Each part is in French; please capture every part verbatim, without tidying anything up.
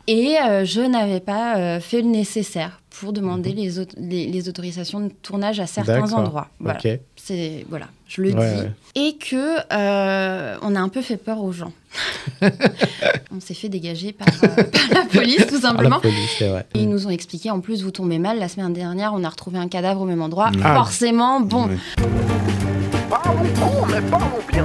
Et euh, je n'avais pas euh, fait le nécessaire pour demander mmh. les, au- les, les autorisations de tournage à certains D'accord. endroits. Voilà. Okay. C'est, voilà, je le ouais, dis. Ouais. Et que euh, on a un peu fait peur aux gens. On s'est fait dégager par, euh, par la police, tout simplement. La police, c'est vrai. Et ils nous ont expliqué, en plus, vous tombez mal. La semaine dernière, on a retrouvé un cadavre au même endroit. Ah. Forcément, bon. Oui. Parlons court, mais parlons bien.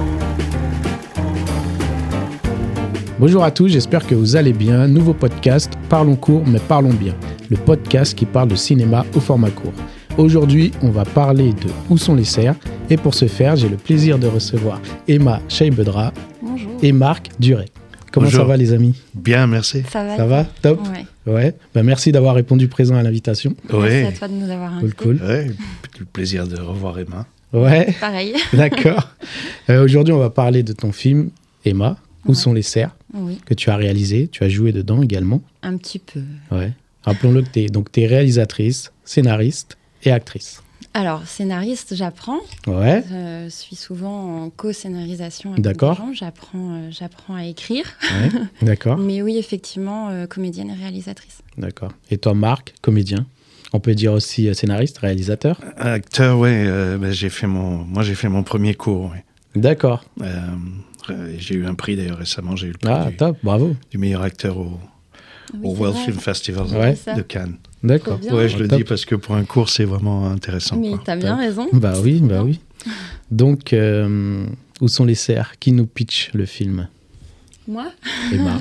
Bonjour à tous, j'espère que vous allez bien. Nouveau podcast, Parlons court, mais parlons bien. Le podcast qui parle de cinéma au format court. Aujourd'hui, on va parler de Où sont les cerfs ? Et pour ce faire, j'ai le plaisir de recevoir Emma Cheibedra et Marc Duret. Comment Bonjour. Ça va les amis ? Bien, merci. Ça va. Ça va ? Top ? Ouais. ouais. Ben, merci d'avoir répondu présent à l'invitation. Merci ouais. à toi de nous avoir invités. Cool, cool. Ouais, le plaisir de revoir Emma. Ouais. Pareil. D'accord. Euh, aujourd'hui, on va parler de ton film, Emma, Où ouais. sont les cerfs ? Oui. Que tu as réalisé. Tu as joué dedans également. Un petit peu. Ouais. Rappelons-le que tu es, donc, tu es réalisatrice, scénariste et actrice. Alors, scénariste, j'apprends. Ouais. Je suis souvent en co-scénarisation avec D'accord. des gens. J'apprends, euh, j'apprends à écrire. Ouais. D'accord. Mais oui, effectivement, euh, comédienne et réalisatrice. D'accord. Et toi, Marc, comédien ? On peut dire aussi scénariste, réalisateur ? Acteur, oui. Euh, ben, j'ai fait mon, moi, j'ai fait mon premier cours. Oui. D'accord. Euh, j'ai eu un prix d'ailleurs récemment. J'ai eu le prix ah, du, top, bravo. du meilleur acteur au, oui, au World Film Festival ouais. de Cannes. D'accord. Ouais, je oh, le top. dis parce que pour un cours, c'est vraiment intéressant. Mais tu as bien raison. Bah oui, bah oui. Donc, euh, Où sont les cerfs ? Qui nous pitch le film ? Moi ? Emma.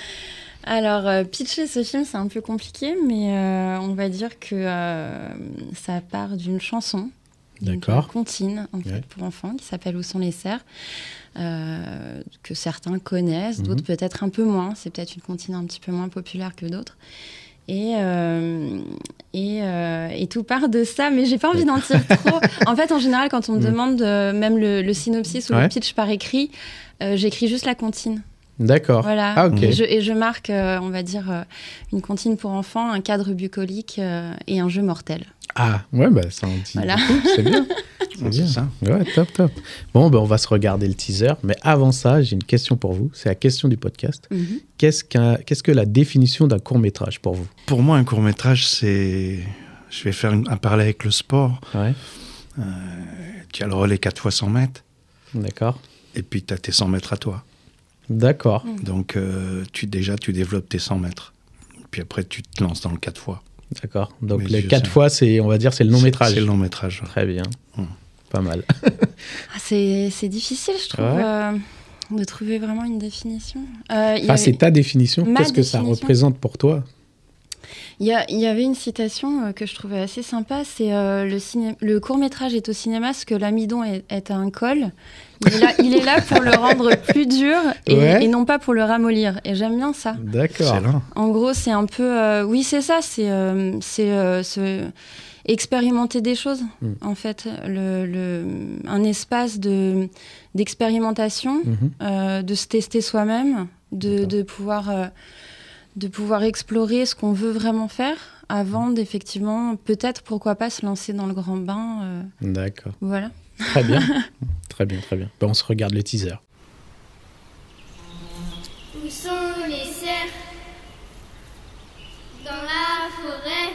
Alors, euh, pitcher ce film, c'est un peu compliqué, mais euh, on va dire que euh, ça part d'une chanson. D'accord. Une comptine, en fait, ouais. pour enfants, qui s'appelle Où sont les cerfs, euh, que certains connaissent, d'autres mm-hmm. peut-être un peu moins. C'est peut-être une comptine un petit peu moins populaire que d'autres. Et, euh, et, euh, et tout part de ça, mais j'ai pas envie d'en dire trop. En fait, en général, quand on me demande euh, même le, le synopsis ou ouais. le pitch par écrit, euh, j'écris juste la comptine. D'accord. Voilà. Ah, ok. Et je, et je marque, euh, on va dire, euh, une comptine pour enfants, un cadre bucolique euh, et un jeu mortel. Ah, ouais, bah ça en dit voilà. beaucoup, c'est bien. C'est bien. ça. Ouais, top, top. Bon, ben, on va se regarder le teaser, mais avant ça, j'ai une question pour vous. C'est la question du podcast. Mm-hmm. Qu'est-ce, qu'un, qu'est-ce que la définition d'un court-métrage pour vous ? Pour moi, un court-métrage, c'est... Je vais faire une... un parallèle avec le sport. Ouais. Euh, tu as le relais quatre fois cent mètres. D'accord. Et puis, tu as tes cent mètres à toi. D'accord. Donc, euh, tu, déjà, tu développes tes cent mètres. Puis après, tu te lances dans le quatre fois. D'accord. Donc, mais les quatre sais. fois, c'est, on va dire, c'est le long-métrage. C'est, c'est le long-métrage. Très bien. Hum. Pas mal. ah, c'est, c'est difficile, je trouve, ouais. euh, de trouver vraiment une définition. Euh, enfin, c'est ta définition. Qu'est-ce que ça représente pour toi ? Il y, a, il y avait une citation euh, que je trouvais assez sympa, c'est euh, le, ciné- le court-métrage est au cinéma ce que l'amidon est, est à un col. Il est, là, il est là pour le rendre plus dur et, ouais. et non pas pour le ramollir. Et j'aime bien ça. D'accord. Excellent. En gros, c'est un peu... Euh, oui, c'est ça. C'est, euh, c'est euh, ce, expérimenter des choses, mm. en fait. Le, le, un espace de, d'expérimentation, mm-hmm. euh, de se tester soi-même, de, de pouvoir... Euh, de pouvoir explorer ce qu'on veut vraiment faire avant d'effectivement, peut-être, pourquoi pas, se lancer dans le grand bain. Euh, D'accord. Voilà. Très bien. très bien, très bien. Ben, on se regarde le teaser. Où sont les cerfs ? Dans la forêt.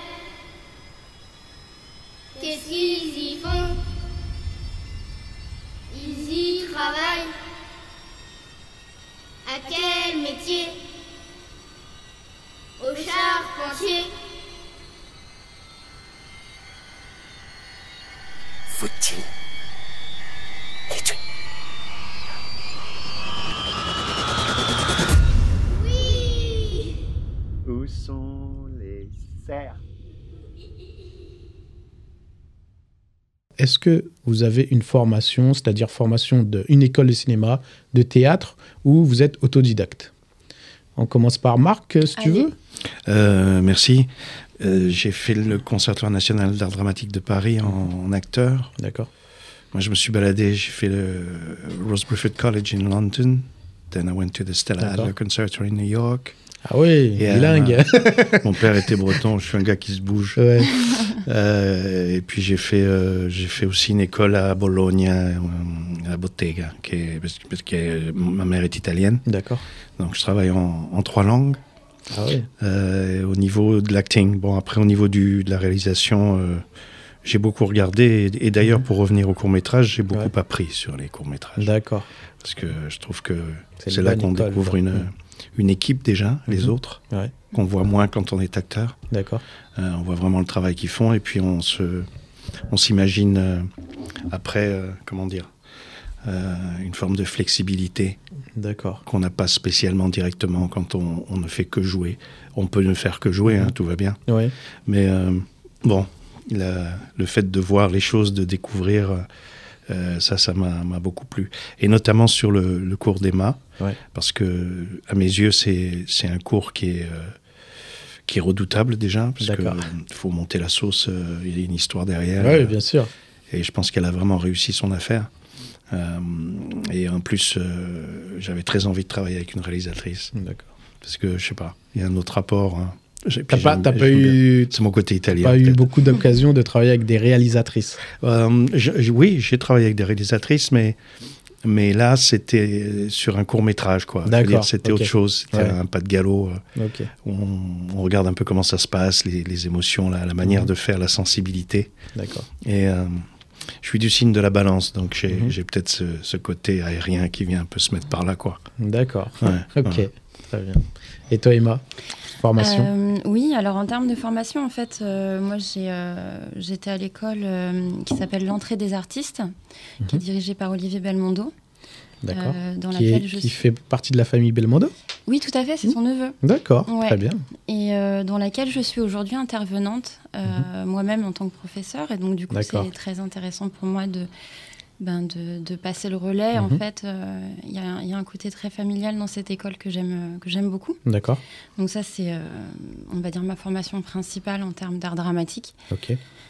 Qu'est-ce qu'ils y font ? Ils y travaillent. À quel métier ? Au charpentier. Faut-il les tuer ? Oui. Où sont les cerfs ? Est-ce que vous avez une formation, c'est-à-dire formation d'une école de cinéma, de théâtre, ou vous êtes autodidacte ? On commence par Marc, si tu Allez. veux. Euh, merci. Euh, j'ai fait le Conservatoire national d'art dramatique de Paris en, en acteur. D'accord. Moi, je me suis baladé. J'ai fait le Rose Bruford College in London. Then I went to the Stella D'accord. Adler Conservatory in New York. Ah oui, bilingue. Euh, mon père était breton. Je suis un gars qui se bouge. Ouais. Euh, et puis j'ai fait, euh, j'ai fait aussi une école à Bologne, euh, à Bottega, qui est, parce, parce que ma mère est italienne. D'accord. Donc je travaille en, en trois langues. Ah oui. euh, au niveau de l'acting. Bon, après, au niveau du, de la réalisation, euh, j'ai beaucoup regardé. Et, et d'ailleurs, pour revenir au court-métrage, j'ai beaucoup ouais. appris sur les courts-métrages. D'accord. Parce que je trouve que c'est, c'est là qu'on école, découvre quoi. une, Mmh. une équipe déjà, mmh. les autres, ouais. qu'on voit moins quand on est acteur. D'accord. Euh, on voit vraiment le travail qu'ils font et puis on, se, on s'imagine euh, après, euh, comment dire, euh, une forme de flexibilité. D'accord. Qu'on n'a pas spécialement directement quand on, on ne fait que jouer. On peut ne faire que jouer, mmh. hein, tout va bien. Ouais. Mais euh, bon, la, le fait de voir les choses, de découvrir... Euh, ça, ça m'a, m'a beaucoup plu. Et notamment sur le, le cours d'Emma, ouais. parce que, à mes yeux, c'est, c'est un cours qui est, euh, qui est redoutable déjà, parce qu'il faut monter la sauce, il euh, y a une histoire derrière. Oui, euh, bien sûr. Et je pense qu'elle a vraiment réussi son affaire. Euh, et en plus, euh, j'avais très envie de travailler avec une réalisatrice. D'accord. Parce que, je sais pas, il y a un autre rapport... Hein. T'as pas, t'as pas eu, c'est mon côté italien. Pas peut-être. eu beaucoup d'occasions de travailler avec des réalisatrices. Euh, je, je, oui, j'ai travaillé avec des réalisatrices, mais mais là c'était sur un court métrage, quoi. D'accord. Dire, c'était okay. autre chose. C'était ouais. un pas de galop. Okay. On, on regarde un peu comment ça se passe, les, les émotions, la, la manière mmh. de faire, la sensibilité. D'accord. Et euh, je suis du signe de la balance, donc j'ai, mmh. j'ai peut-être ce, ce côté aérien qui vient un peu se mettre par là, quoi. D'accord. Ouais, ok. ouais. Très bien. Et toi, Emma? Formation euh, Oui, alors en termes de formation, en fait, euh, moi j'ai, euh, j'étais à l'école euh, qui s'appelle l'Entrée des artistes, mmh. qui est dirigée par Olivier Belmondo. D'accord. Euh, dans qui, laquelle est, je qui suis... fait partie de la famille Belmondo? Oui, tout à fait, c'est mmh. son neveu. D'accord, ouais. très bien. Et euh, dans laquelle je suis aujourd'hui intervenante, euh, mmh. moi-même en tant que professeure. Et donc, du coup, D'accord. c'est très intéressant pour moi de... Ben de, de passer le relais. Mmh. En fait, il euh, y, y a un côté très familial dans cette école que j'aime, que j'aime beaucoup. D'accord. Donc ça, c'est, euh, on va dire, ma formation principale en termes d'art dramatique. Ok.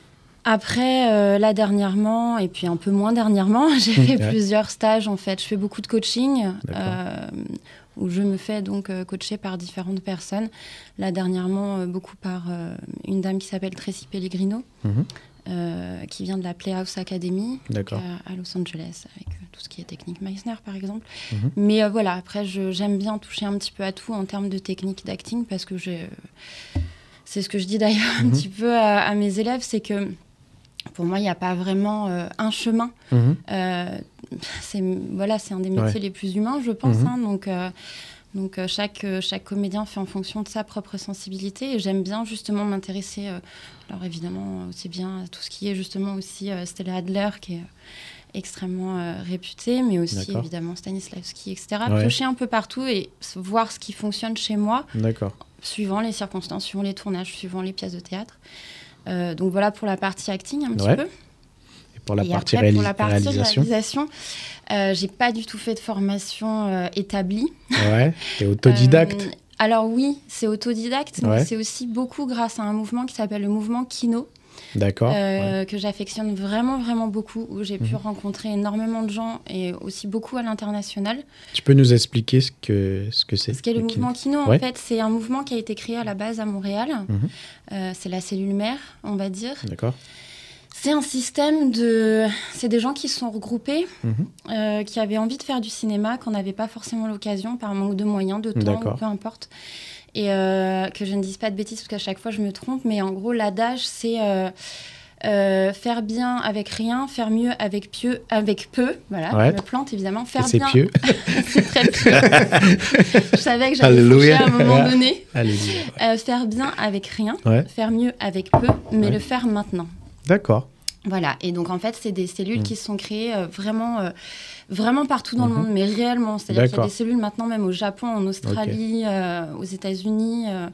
Après, euh, là, dernièrement, et puis un peu moins dernièrement, j'ai fait ouais. plusieurs stages, en fait. Je fais beaucoup de coaching, euh, où je me fais donc euh, coacher par différentes personnes. Là, dernièrement, euh, beaucoup par euh, une dame qui s'appelle Tracy Pellegrino. Mmh. Euh, qui vient de la Playhouse Academy à, à Los Angeles, avec euh, tout ce qui est technique Meissner, par exemple. Mm-hmm. Mais euh, voilà, après, je, j'aime bien toucher un petit peu à tout en termes de technique d'acting, parce que j'ai, euh, c'est ce que je dis d'ailleurs mm-hmm. un petit peu à, à mes élèves, c'est que pour moi, il n'y a pas vraiment euh, un chemin. Mm-hmm. Euh, c'est, voilà, c'est un des métiers ouais. les plus humains, je pense. Mm-hmm. Hein, donc... Euh, Donc euh, chaque, euh, chaque comédien fait en fonction de sa propre sensibilité et j'aime bien justement m'intéresser, euh, alors évidemment aussi bien à tout ce qui est justement aussi euh, Stella Adler qui est euh, extrêmement euh, réputée, mais aussi D'accord. évidemment Stanislavski, et cetera. Ouais. Piocher un peu partout et voir ce qui fonctionne chez moi, D'accord. suivant les circonstances, suivant les tournages, suivant les pièces de théâtre. Euh, donc voilà pour la partie acting un petit ouais. peu. Pour la, et partie après, réalis- pour la partie réalisation, réalisation euh, j'ai pas du tout fait de formation euh, établie. Ouais, t'es autodidacte. euh, alors oui, c'est autodidacte, ouais. mais c'est aussi beaucoup grâce à un mouvement qui s'appelle le mouvement Kino. D'accord. Euh, ouais. Que j'affectionne vraiment, vraiment beaucoup, où j'ai mmh. pu rencontrer énormément de gens et aussi beaucoup à l'international. Tu peux nous expliquer ce que, ce que c'est? Ce qu'est le, le mouvement Kino, en ouais. fait, c'est un mouvement qui a été créé à la base à Montréal. Mmh. Euh, c'est la cellule mère, on va dire. D'accord. C'est un système de... C'est des gens qui se sont regroupés, mmh. euh, qui avaient envie de faire du cinéma, qu'on n'avait pas forcément l'occasion, par manque de moyens, de temps, ou peu importe. Et euh, que je ne dise pas de bêtises, parce qu'à chaque fois, je me trompe. Mais en gros, l'adage, c'est euh, euh, faire bien avec rien, faire mieux avec, pieux, avec peu. Voilà, ouais. je me plante, évidemment. Faire c'est bien... pieux. C'est très pieux. Je savais que j'allais toucher à un moment ouais. donné. Alléluia. Euh, faire bien avec rien, ouais. faire mieux avec peu, mais ouais. le faire maintenant. D'accord. Voilà, et donc en fait, c'est des cellules mmh. qui se sont créées euh, vraiment, euh, vraiment partout dans mmh. le monde, mais réellement. C'est-à-dire D'accord. qu'il y a des cellules maintenant, même au Japon, en Australie, okay. euh, aux États-Unis. Euh...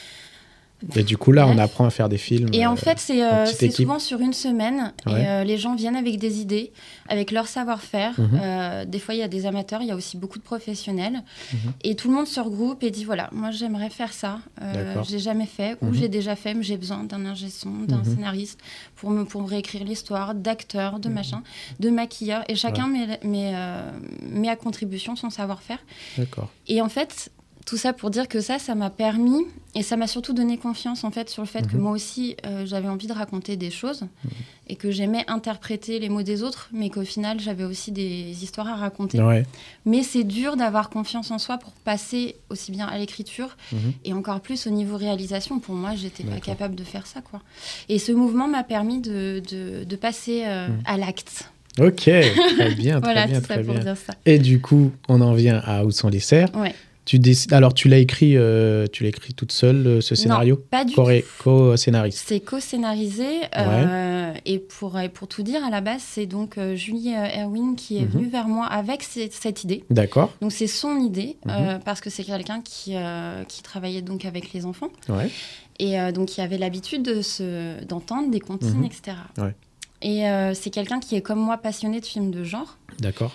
Et du coup, là, Bref. on apprend à faire des films. Et euh, en fait, c'est, euh, c'est souvent sur une semaine. Ouais. Et euh, les gens viennent avec des idées, avec leur savoir-faire. Mmh. Euh, des fois, il y a des amateurs, il y a aussi beaucoup de professionnels. Mmh. Et tout le monde se regroupe et dit, voilà, moi, j'aimerais faire ça. Euh, je l'ai jamais fait, mmh. ou j'ai déjà fait, mais j'ai besoin d'un ingé son, d'un mmh. scénariste pour me, pour me réécrire l'histoire, d'acteurs, de mmh. machin, de maquilleurs. Et chacun ouais. met, met, euh, met à contribution son savoir-faire. D'accord. Et en fait... tout ça pour dire que ça, ça m'a permis, et ça m'a surtout donné confiance en fait sur le fait mmh. que moi aussi, euh, j'avais envie de raconter des choses mmh. et que j'aimais interpréter les mots des autres, mais qu'au final, j'avais aussi des histoires à raconter. Ouais. Mais c'est dur d'avoir confiance en soi pour passer aussi bien à l'écriture mmh. et encore plus au niveau réalisation. Pour moi, j'étais D'accord. pas capable de faire ça, quoi. Et ce mouvement m'a permis de, de, de passer euh, mmh. à l'acte. Ok, très bien, très voilà, bien, tout ça très pour bien. Dire ça. Et du coup, on en vient à Où sont les cerfs. Ouais. Tu décides... Alors, tu l'as écrit, euh, tu l'as écrit toute seule, euh, ce scénario ? Non, pas du Co-ré... tout. Co-scénariste. C'est co-scénarisé. Euh, ouais. Et pour, pour tout dire, à la base, c'est donc euh, Julie euh, Erwin qui est mm-hmm. venue vers moi avec c- cette idée. D'accord. Donc, c'est son idée, mm-hmm. euh, parce que c'est quelqu'un qui, euh, qui travaillait donc avec les enfants. Ouais. Et euh, donc, qui avait l'habitude de se, d'entendre des comptines, mm-hmm. et cetera. Ouais. Et euh, c'est quelqu'un qui est, comme moi, passionné de films de genre. D'accord.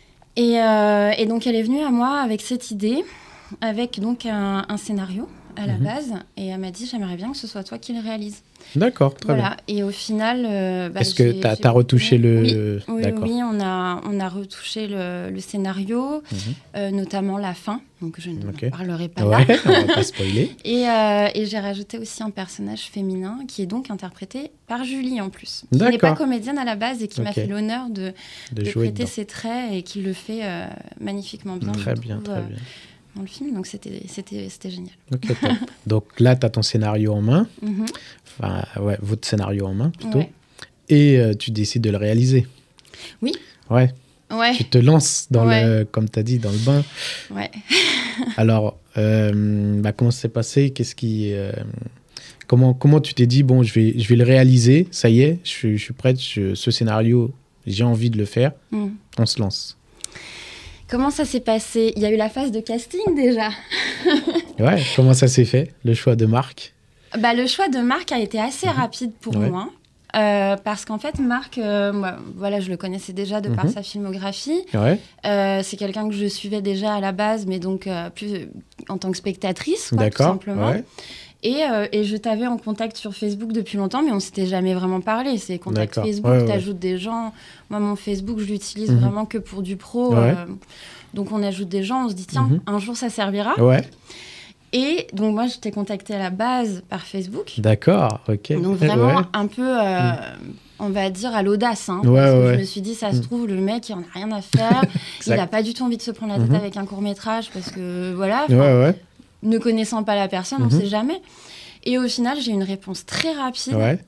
Et, euh, et donc, elle est venue à moi avec cette idée, avec donc un, un scénario à la mmh. base. Et elle m'a dit, j'aimerais bien que ce soit toi qui le réalises. D'accord, très voilà. bien. Et au final... Euh, bah, Est-ce que tu as retouché le... Oui, oui, D'accord. oui on, a, on a retouché le, le scénario, mmh. euh, notamment la fin. Donc, je ne okay. parlerai pas ouais, là. On va pas spoiler. Et, euh, et j'ai rajouté aussi un personnage féminin qui est donc interprété par Julie en plus. Qui D'accord. n'est pas comédienne à la base et qui okay. m'a fait l'honneur de, de, de prêter dedans. ses traits et qui le fait euh, magnifiquement bien. Très bien, trouve, très bien. Euh, dans le film, donc c'était, c'était, c'était génial. Ok, top. Donc là, tu as ton scénario en main. Mm-hmm. Enfin, ouais, votre scénario en main, plutôt. Ouais. Et euh, tu décides de le réaliser. Oui. Ouais. Ouais. Tu te lances, dans ouais. le, comme tu as dit, dans le bain. Ouais. Alors, euh, bah, comment ça s'est passé ? Qu'est-ce qui, euh, comment, comment tu t'es dit, bon, je vais, je vais le réaliser, ça y est, je, je suis prête, je, ce scénario, j'ai envie de le faire, mm. on se lance. Comment ça s'est passé ? Il y a eu la phase de casting déjà. Ouais, comment ça s'est fait, le choix de Marc ? Bah, le choix de Marc a été assez mmh. rapide pour ouais. moi. Euh, parce qu'en fait, Marc, euh, moi, voilà, je le connaissais déjà de mmh. par sa filmographie. Ouais. Euh, c'est quelqu'un que je suivais déjà à la base, mais donc euh, plus en tant que spectatrice, quoi, tout simplement. Ouais. Et, euh, et je t'avais en contact sur Facebook depuis longtemps, mais on ne s'était jamais vraiment parlé. C'est contact D'accord. Facebook, ouais, tu ajoutes ouais. des gens. Moi, mon Facebook, je l'utilise mmh. vraiment que pour du pro. Ouais. Euh, donc, on ajoute des gens, on se dit, tiens, mmh. un jour, ça servira. Ouais. Et donc, moi, je t'ai contactée à la base par Facebook. D'accord, ok. Donc, vraiment ouais. un peu, euh, mmh. on va dire, à l'audace. Hein, ouais, parce que ouais. je me suis dit, ça se trouve, le mec, il n'en a rien à faire. Il n'a pas du tout envie de se prendre la tête mmh. avec un court-métrage parce que, voilà, ouais, ouais. ne connaissant pas la personne, mmh. on ne sait jamais. Et au final, j'ai eu une réponse très rapide. Ouais.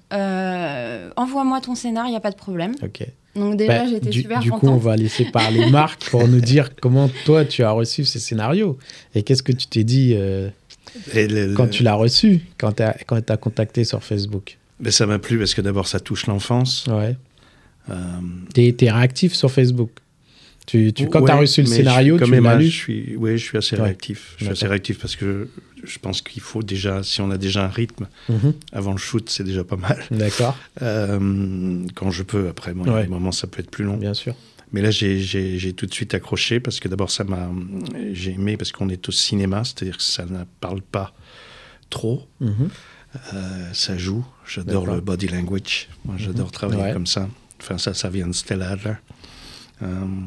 Euh, envoie-moi ton scénar, il n'y a pas de problème. Ok. Donc déjà, bah, j'étais du, super du contente. Du coup, on va laisser parler Marc pour nous dire comment toi, tu as reçu ces scénarios. Et qu'est-ce que tu t'es dit euh, le, le... quand tu l'as reçu, quand tu as contacté sur Facebook ? Ben, ça m'a plu parce que d'abord, ça touche l'enfance. Ouais. Euh... Tu es réactif sur Facebook ? Tu, tu, quand ouais, tu as reçu le scénario, tu l'as lu ? je suis, Oui, je suis assez ouais. réactif. Je suis assez réactif parce que je, je pense qu'il faut déjà, si on a déjà un rythme, mm-hmm. avant le shoot, c'est déjà pas mal. D'accord. Euh, quand je peux, après, bon, ouais. il y a des moments, ça peut être plus long. Bien sûr. Mais là, j'ai, j'ai, j'ai tout de suite accroché parce que d'abord, ça m'a, j'ai aimé parce qu'on est au cinéma, c'est-à-dire que ça ne parle pas trop. Mm-hmm. Euh, ça joue. J'adore D'accord. le body language. Moi, j'adore mm-hmm. travailler ouais. comme ça. Enfin, ça, ça vient de Stella Adler. Euh,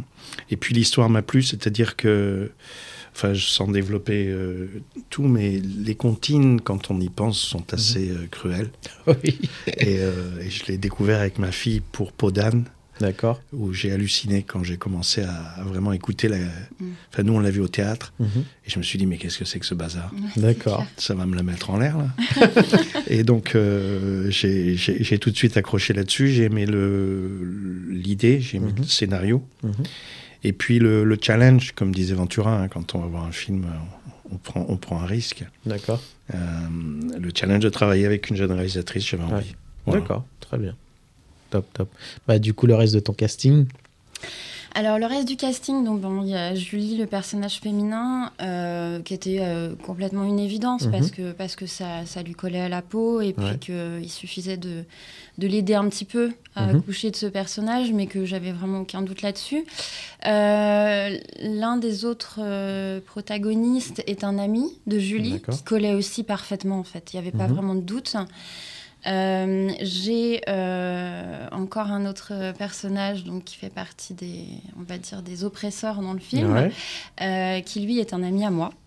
et puis l'histoire m'a plu, c'est-à-dire que, enfin, sans développer euh, tout, mais les comptines, quand on y pense, sont assez euh, cruelles. Oui. Et, euh, et je l'ai découvert avec ma fille pour Peau d'âne. D'accord. Où j'ai halluciné quand j'ai commencé à, à vraiment écouter la... Enfin, nous, on l'a vu au théâtre. Mm-hmm. Et je me suis dit, mais qu'est-ce que c'est que ce bazar ? D'accord. Ça va me la mettre en l'air, là. Et donc, euh, j'ai, j'ai, j'ai tout de suite accroché là-dessus. J'ai aimé le, l'idée, j'ai aimé mm-hmm. le scénario. Mm-hmm. Et puis, le, le challenge, comme disait Ventura, hein, quand on va voir un film, on, on, prend, on prend un risque. D'accord. Euh, le challenge de travailler avec une jeune réalisatrice, j'avais envie. Ouais. Voilà. D'accord, très bien. Top, top. Bah, du coup, le reste de ton casting ? Alors, le reste du casting, donc, bon, il y a Julie, le personnage féminin, euh, qui était euh, complètement une évidence, mm-hmm. parce que, parce que ça, ça lui collait à la peau, et puis ouais. qu'il suffisait de, de l'aider un petit peu à mm-hmm. accoucher de ce personnage, mais que j'avais vraiment aucun doute là-dessus. Euh, l'un des autres euh, protagonistes est un ami de Julie, D'accord. qui collait aussi parfaitement, en fait. Il n'y avait pas mm-hmm. vraiment de doute. Euh, j'ai euh, encore un autre personnage donc, qui fait partie des, on va dire, des oppresseurs dans le film, ouais. euh, qui lui est un ami à moi.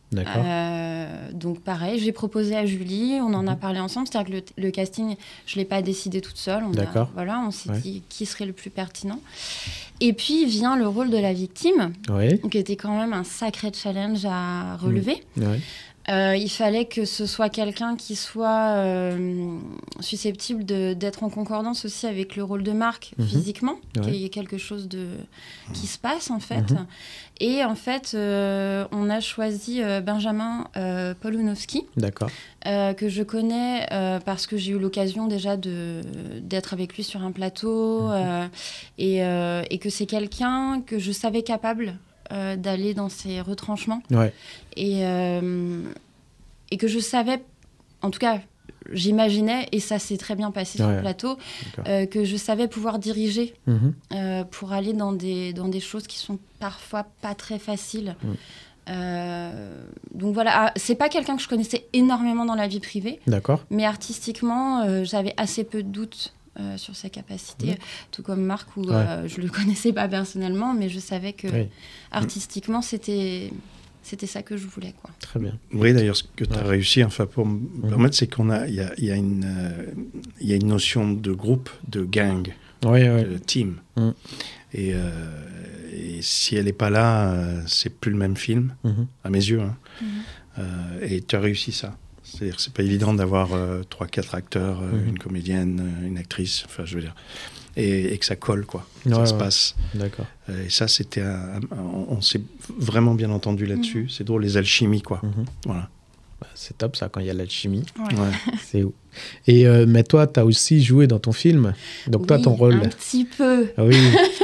D'accord. Euh, donc pareil, j'ai proposé à Julie, on en mmh. a parlé ensemble, c'est-à-dire que le, le casting, je ne l'ai pas décidé toute seule. On D'accord. A, voilà, on s'est ouais. dit qui serait le plus pertinent. Et puis vient le rôle de la victime, oui. qui était quand même un sacré challenge à relever. Mmh. Oui. Euh, il fallait que ce soit quelqu'un qui soit euh, susceptible de, d'être en concordance aussi avec le rôle de Marc mmh. physiquement, ouais. qu'il y ait quelque chose de, qui se passe en fait. Mmh. Et en fait, euh, on a choisi euh, Benjamin euh, Polunowski, D'accord. Euh, que je connais euh, parce que j'ai eu l'occasion déjà de, d'être avec lui sur un plateau mmh. euh, et, euh, et que c'est quelqu'un que je savais capable Euh, d'aller dans ces retranchements ouais. et, euh, et que je savais, en tout cas j'imaginais, et ça s'est très bien passé ouais. sur le plateau, euh, que je savais pouvoir diriger mmh. euh, pour aller dans des, dans des choses qui sont parfois pas très faciles. Mmh. Euh, donc voilà, ah, c'est pas quelqu'un que je connaissais énormément dans la vie privée, D'accord. mais artistiquement euh, j'avais assez peu de doutes Euh, sur ses capacités, mmh. tout comme Marc, où ouais. euh, je ne le connaissais pas personnellement, mais je savais que oui. artistiquement, c'était, c'était ça que je voulais. Quoi. Très bien. Oui, d'ailleurs, ce que tu as ouais. réussi, enfin, pour me mmh. permettre, c'est qu'il y a, y a, une, euh, y a une notion de groupe, de gang, oui, oui. de team. Mmh. Et, euh, et si elle n'est pas là, euh, c'est plus le même film, mmh. à mes yeux. Hein. Mmh. Euh, et tu as réussi ça. C'est-à-dire que c'est pas évident d'avoir euh, trois, quatre acteurs, euh, mmh. une comédienne, une actrice, enfin je veux dire, et, et que ça colle quoi, ouais, ça ouais. se passe. D'accord. Euh, et ça c'était, un, un, on, on s'est vraiment bien entendu là-dessus. Mmh. C'est drôle les alchimies quoi. Mmh. Voilà. Bah, c'est top ça quand il y a l'alchimie. Ouais. Ouais. C'est où. Et euh, mais toi tu as aussi joué dans ton film, donc oui, toi ton rôle. Un petit peu. Oui.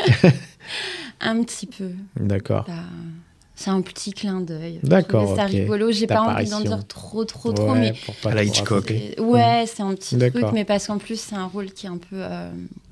Un petit peu. D'accord. Bah... C'est un petit clin d'œil. D'accord. C'est okay. rigolo. J'ai pas envie d'en dire trop, trop, trop. Ouais, mais pour pas à la Hitchcock. C'est... Ouais, c'est un petit D'accord. truc, mais parce qu'en plus, c'est un rôle qui est un peu. Euh...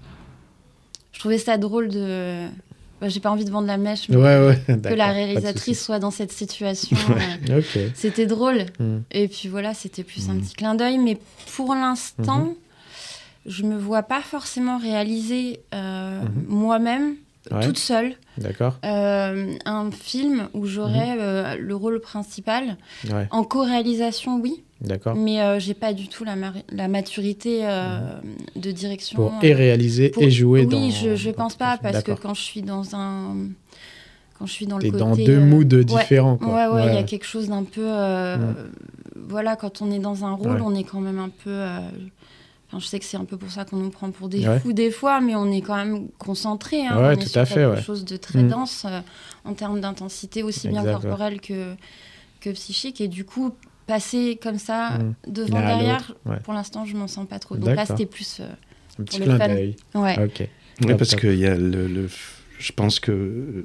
Je trouvais ça drôle de. Bah, j'ai pas envie de vendre la mèche, mais ouais, ouais. que D'accord. la réalisatrice soit dans cette situation. Ouais. euh... okay. C'était drôle. Mm. Et puis voilà, c'était plus mm. un petit clin d'œil. Mais pour l'instant, mm-hmm. je me vois pas forcément réaliser euh, mm-hmm. moi-même. Ouais. Toute seule, D'accord. Euh, un film où j'aurais mmh. euh, le rôle principal. Ouais. En co-réalisation, oui. D'accord. Mais euh, j'ai pas du tout la, mar- la maturité euh, mmh. de direction. Pour euh, et réaliser pour... et jouer oui, dans... Oui, je, je pense pas, parce D'accord. que quand je suis dans un... Quand je suis dans T'es le côté... dans deux euh... moods différents, ouais, quoi. Ouais, ouais, il ouais. y a quelque chose d'un peu... Euh, mmh. Voilà, quand on est dans un rôle, ouais. on est quand même un peu... Euh, Enfin, je sais que c'est un peu pour ça qu'on nous prend pour des ouais. fous des fois, mais on est quand même concentré. Hein. Ouais, on tout est sur à fait, quelque ouais. chose de très mmh. dense euh, en termes d'intensité, aussi exact, bien corporelle ouais. que, que psychique. Et du coup, passer comme ça, mmh. devant, là, derrière, ouais. pour l'instant, je m'en sens pas trop. Donc D'accord. là, c'était plus euh, un petit pour le clin fun. d'œil. Ouais. Okay. Oui, top, parce top. que y a le, le, je pense que euh,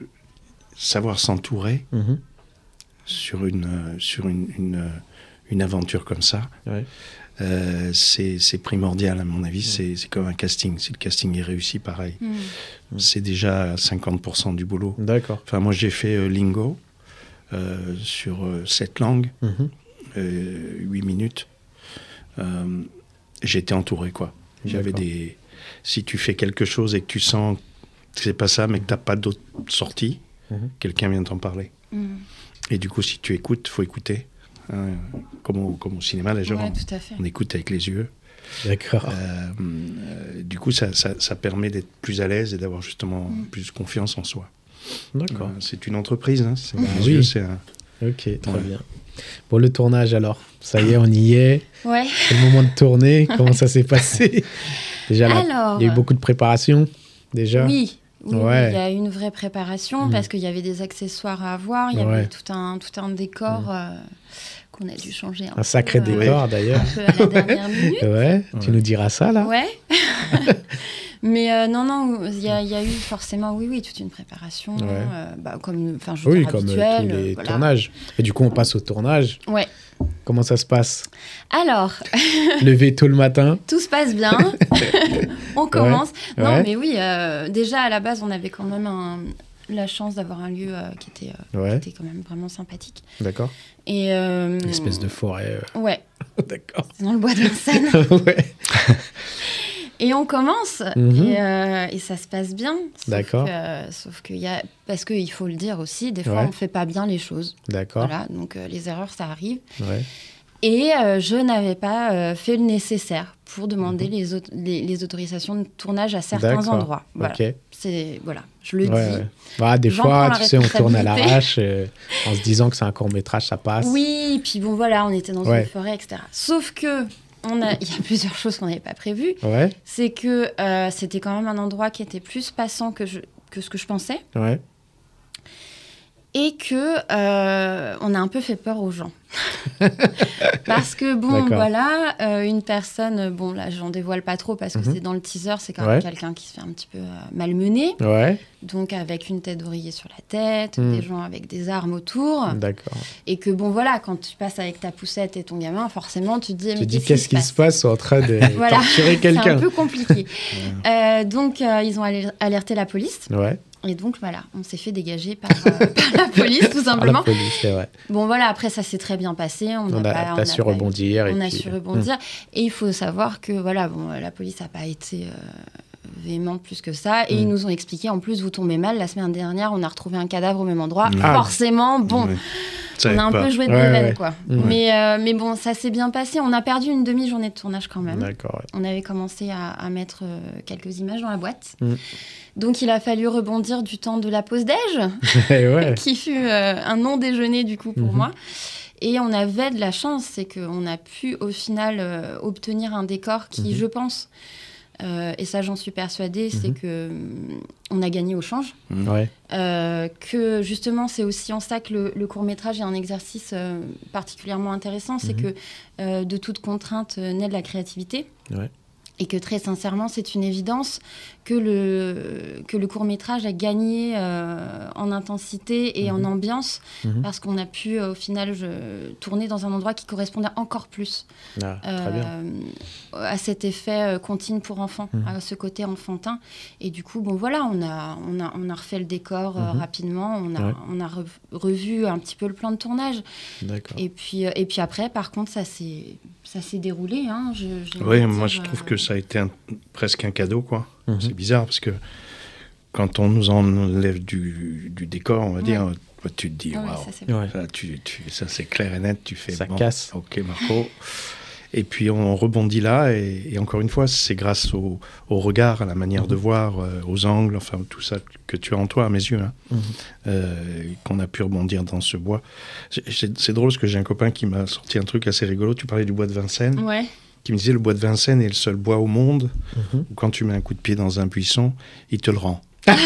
savoir s'entourer mmh. sur, une, euh, sur une, une, une aventure comme ça, ouais. Euh, c'est, c'est primordial à mon avis, mmh. c'est, c'est comme un casting, si le casting est réussi pareil, mmh. c'est déjà cinquante pour cent du boulot. D'accord. Enfin moi j'ai fait euh, Lingo euh, sur euh, sept langues, mmh. euh, huit minutes, euh, j'ai été entouré quoi. J'avais D'accord. des... Si tu fais quelque chose et que tu sens que c'est pas ça mais que t'as pas d'autre sortie, mmh. quelqu'un vient t'en parler. Mmh. Et du coup si tu écoutes, faut écouter. Hein, comme, au, comme au cinéma, les gens, ouais, tout à fait. on écoute avec les yeux. D'accord. Euh, euh, du coup, ça, ça, ça permet d'être plus à l'aise et d'avoir justement mm. plus confiance en soi. D'accord. Euh, c'est une entreprise, hein, c'est, bah, oui. yeux, c'est un... Ok, très ouais. bien. Pour le tournage, alors, ça y est, on y est. Ouais. C'est le moment de tourner. Comment ça s'est passé? Déjà, là, alors... il y a eu beaucoup de préparation, déjà. Oui. Oui, ouais. il y a eu une vraie préparation mmh. parce qu'il y avait des accessoires à avoir, il y ouais. avait tout un, tout un décor mmh. euh, qu'on a dû changer. Un, un sacré peu, décor euh, d'ailleurs. Un peu à la dernière minute. ouais. ouais, tu nous diras ça là. Ouais. Mais euh, non, non, il y, y a eu forcément, oui, oui, toute une préparation, ouais. euh, bah, comme, enfin, je veux oui, dire, comme habituelle, tous les voilà. tournages. Et du coup, on passe au tournage. Ouais. Comment ça se passe? Alors. Lever tôt le matin. Tout se passe bien. On commence. Ouais. Non, ouais. mais oui, euh, déjà à la base, on avait quand même un, la chance d'avoir un lieu euh, qui, était, euh, ouais. qui était quand même vraiment sympathique. D'accord. Et euh, une espèce de forêt. Euh... Ouais. D'accord. C'est dans le bois de Vincennes. ouais. Et on commence, mmh. et, euh, et ça se passe bien. D'accord. Que, euh, sauf qu'il y a... Parce qu'il faut le dire aussi, des fois, ouais. on ne fait pas bien les choses. D'accord. Voilà, donc euh, les erreurs, ça arrive. Ouais. Et euh, je n'avais pas euh, fait le nécessaire pour demander mmh. les, au- les, les autorisations de tournage à certains D'accord. endroits. Voilà. Ok. C'est, voilà, je le ouais, dis. Ouais. Bah, des J'en fois, tu sais, on tourne à l'arrache euh, en se disant que c'est un court-métrage, ça passe. Oui, puis bon, voilà, on était dans ouais. une forêt, et cetera. Sauf que on a, il y a plusieurs choses qu'on n'avait pas prévues. Ouais. C'est que euh, c'était quand même un endroit qui était plus passant que, je, que ce que je pensais. Ouais. Et que euh, on a un peu fait peur aux gens. Parce que, bon, D'accord. voilà, euh, une personne, bon, là, j'en dévoile pas trop parce que mm-hmm. c'est dans le teaser, c'est quand même ouais. quelqu'un qui se fait un petit peu euh, malmener. Ouais. Donc, avec une tête d'oreiller sur la tête, mm. des gens avec des armes autour. D'accord. Et que, bon, voilà, quand tu passes avec ta poussette et ton gamin, forcément, tu te dis... Tu mais dis, qu'est-ce qui se passe, en train de voilà. torturer quelqu'un. C'est un peu compliqué. euh, donc, euh, ils ont alerté la police. Ouais. Et donc, voilà, on s'est fait dégager par, euh, par la police, tout simplement. Par la police, c'est vrai. Bon, voilà, après, ça s'est très bien passé. On, on a, pas, on a su pas, rebondir. On et a puis... su rebondir. Hum. Et il faut savoir que, voilà, bon, la police n'a pas été euh, véhémente plus que ça. Et hum. ils nous ont expliqué, en plus, vous tombez mal. La semaine dernière, on a retrouvé un cadavre au même endroit. Ah. Forcément, bon... Oui. On a un pas. peu joué de ouais, veine, ouais. quoi. Mmh. Mais, euh, mais bon, ça s'est bien passé. On a perdu une demi-journée de tournage quand même. D'accord. Ouais. On avait commencé à, à mettre euh, quelques images dans la boîte. Mmh. Donc, il a fallu rebondir du temps de la pause déj, ouais. qui fut euh, un non-déjeuner, du coup, pour mmh. moi. Et on avait de la chance, c'est qu'on a pu, au final, euh, obtenir un décor qui, mmh. je pense... Euh, et ça, j'en suis persuadée, mmh. c'est que on a gagné au change. Mmh. Ouais. Euh, que justement, c'est aussi en ça que le, le court-métrage est un exercice euh, particulièrement intéressant. C'est mmh. que euh, de toute contrainte euh, naît de la créativité. Ouais. Et que très sincèrement, c'est une évidence que le, que le court-métrage a gagné euh, en intensité et mmh. en ambiance mmh. parce qu'on a pu, euh, au final, je, tourner dans un endroit qui correspondait encore plus ah, euh, à cet effet euh, comptine pour enfants, mmh. à ce côté enfantin. Et du coup, bon, voilà, on a, on a, on a refait le décor euh, mmh. rapidement, on a, ouais. on a re, revu un petit peu le plan de tournage. D'accord. Et puis, euh, et puis après, par contre, ça s'est... Ça s'est déroulé. Hein. Je, oui, moi je trouve euh... que ça a été un, presque un cadeau, quoi. Mm-hmm. C'est bizarre parce que quand on nous enlève du, du décor, on va ouais. dire, tu te dis, waouh, wow, ça, tu, tu, ça c'est clair et net, tu fais. Ça bon, casse. Ok, Marco. Et puis on rebondit là, et, et encore une fois, c'est grâce au, au regard, à la manière mmh. de voir, euh, aux angles, enfin tout ça que tu as en toi, à mes yeux, hein, mmh. euh, qu'on a pu rebondir dans ce bois. C'est, c'est drôle parce que j'ai un copain qui m'a sorti un truc assez rigolo. Tu parlais du bois de Vincennes, ouais. qui me disait le bois de Vincennes est le seul bois au monde mmh. où quand tu mets un coup de pied dans un buisson, il te le rend.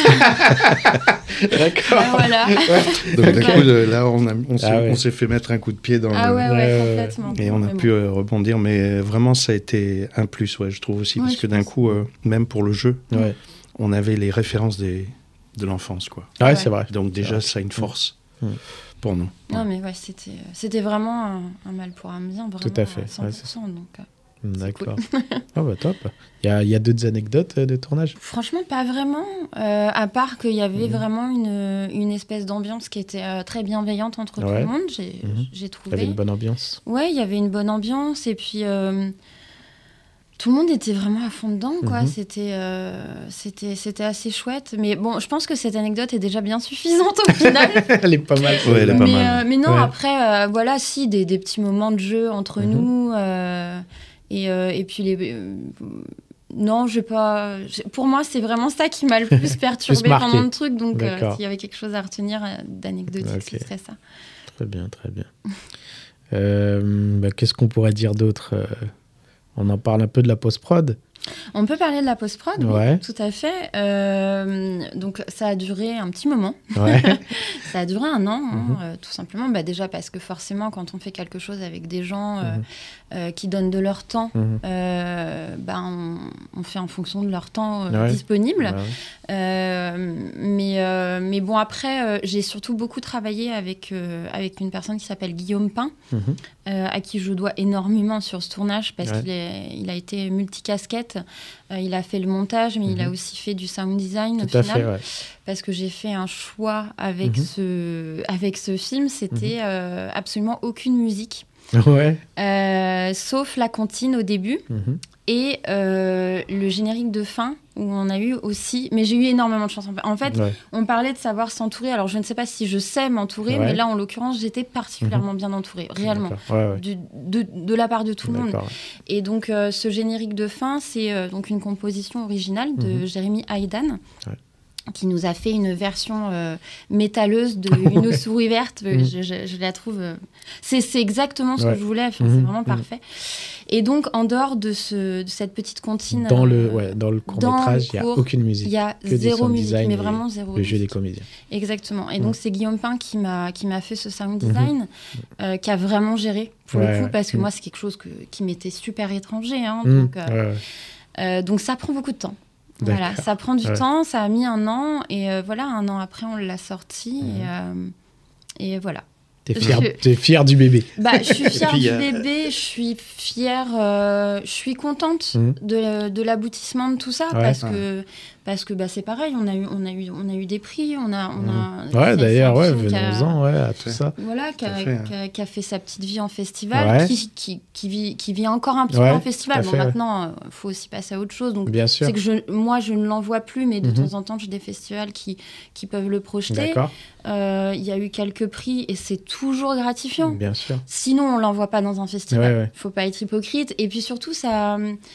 D'accord. Ah, voilà. Ouais. Donc du coup, de, là, on, a, on, s'est, ah, ouais. on s'est fait mettre un coup de pied dans ah, le... ouais, ouais, complètement. Et on a pu euh, rebondir, mais vraiment, ça a été un plus, ouais, je trouve aussi, ouais, parce que d'un coup, euh, même pour le jeu, ouais. on avait les références des, de l'enfance, quoi. Ah ouais, c'est vrai. Donc déjà, ouais. ça a une force mmh. pour nous. Non, ouais. mais ouais, c'était, c'était vraiment un, un mal pour un bien, vraiment. Tout à fait. À cent pour cent, ouais, donc... Euh... D'accord. Cool. Ah bah top. Il y a, il y a d'autres anecdotes de tournage ? Franchement, pas vraiment. Euh, à part qu'il y avait mmh. vraiment une, une espèce d'ambiance qui était euh, très bienveillante entre ouais. tout le monde. J'ai, mmh. j'ai trouvé. Il y avait une bonne ambiance. Ouais, il y avait une bonne ambiance. Et puis, euh, tout le monde était vraiment à fond dedans, quoi. Mmh. C'était, euh, c'était, c'était assez chouette. Mais bon, je pense que cette anecdote est déjà bien suffisante au final. Elle est pas mal. Ouais, elle est pas mais, mal. Euh, mais non, ouais. après, euh, voilà, si, des, des petits moments de jeu entre mmh. nous. Euh, Et, euh, et puis, les, euh, non, j'ai pas. J'ai, pour moi, c'est vraiment ça qui m'a le plus perturbé pendant le truc. Donc, euh, s'il y avait quelque chose à retenir euh, d'anecdotique, okay. ce serait ça. Très bien, très bien. euh, bah, qu'est-ce qu'on pourrait dire d'autre ? euh, On en parle un peu de la post-prod. On peut parler de la post-prod, ouais. oui, tout à fait. Euh, donc, ça a duré un petit moment. Ouais. Ça a duré un an, hein, mm-hmm. euh, tout simplement. Bah, déjà parce que forcément, quand on fait quelque chose avec des gens euh, mm-hmm. euh, qui donnent de leur temps, mm-hmm. euh, bah, on, on fait en fonction de leur temps euh, ouais. disponible. Ouais. Euh, mais, euh, mais bon, après, euh, j'ai surtout beaucoup travaillé avec, euh, avec une personne qui s'appelle Guillaume Pin, mm-hmm. euh, à qui je dois énormément sur ce tournage parce ouais. qu'il est, il a été multicasquette. Euh, il a fait le montage, mais mm-hmm. il a aussi fait du sound design Tout au final. Fait, ouais. Parce que j'ai fait un choix avec, mm-hmm. ce, avec ce film, c'était mm-hmm. euh, absolument aucune musique. Ouais. Euh, sauf la comptine au début. Mm-hmm. Et euh, le générique de fin, où on a eu aussi... Mais j'ai eu énormément de chance. En fait, ouais. on parlait de savoir s'entourer. Alors, je ne sais pas si je sais m'entourer, ouais. mais là, en l'occurrence, j'étais particulièrement mmh. bien entourée, réellement, ouais, ouais. Du, de, de la part de tout le monde. Ouais. Et donc, euh, ce générique de fin, c'est euh, donc une composition originale de mmh. Jérémy Haydan. Ouais. Qui nous a fait une version euh, métalleuse de Une souris verte. Mmh. Je, je, je la trouve... Euh, c'est, c'est exactement ce ouais. que je voulais. Enfin, mmh. C'est vraiment mmh. parfait. Et donc, en dehors de, ce, de cette petite comptine... Dans le, euh, ouais, dans le court-métrage, il n'y a aucune musique. Il y a zéro musique, mais vraiment zéro le musique. Le jeu des comédiens. Exactement. Et mmh. donc, c'est Guillaume Pin qui m'a, qui m'a fait ce sound design, mmh. euh, qui a vraiment géré, pour ouais, le coup, ouais. parce que mmh. moi, c'est quelque chose que, qui m'était super étranger. Hein, mmh. donc, euh, ouais, ouais. Euh, donc, ça prend beaucoup de temps. D'accord. Voilà, ça prend du ouais. temps, ça a mis un an, et euh, voilà, un an après, on l'a sorti, mmh. et, euh, et voilà. T'es fière, je... t'es fière du bébé. Bah, je suis fière puis, du euh... bébé, je suis fière, euh, je suis contente mmh. de, de l'aboutissement de tout ça, ouais. parce ouais. que, parce que bah, c'est pareil, on a, eu, on, a eu, on a eu des prix, on a... On mmh. a ouais, d'ailleurs, ouais, venons-en ouais, à tout ça. Voilà, qui a, fait, qui, a, qui a fait sa petite vie en festival, ouais. qui, qui, qui, vit, qui vit encore un petit ouais, peu en festival. Bon, fait, maintenant, il ouais. euh, faut aussi passer à autre chose. Donc, bien sûr. C'est que je, moi, je ne l'envoie plus, mais de mmh. temps en temps, j'ai des festivals qui, qui peuvent le projeter. D'accord. Il euh, y a eu quelques prix et c'est toujours gratifiant. Bien sûr. Sinon, on ne l'envoie pas dans un festival. Il ouais, ouais. ne faut pas être hypocrite. Et puis surtout, ça,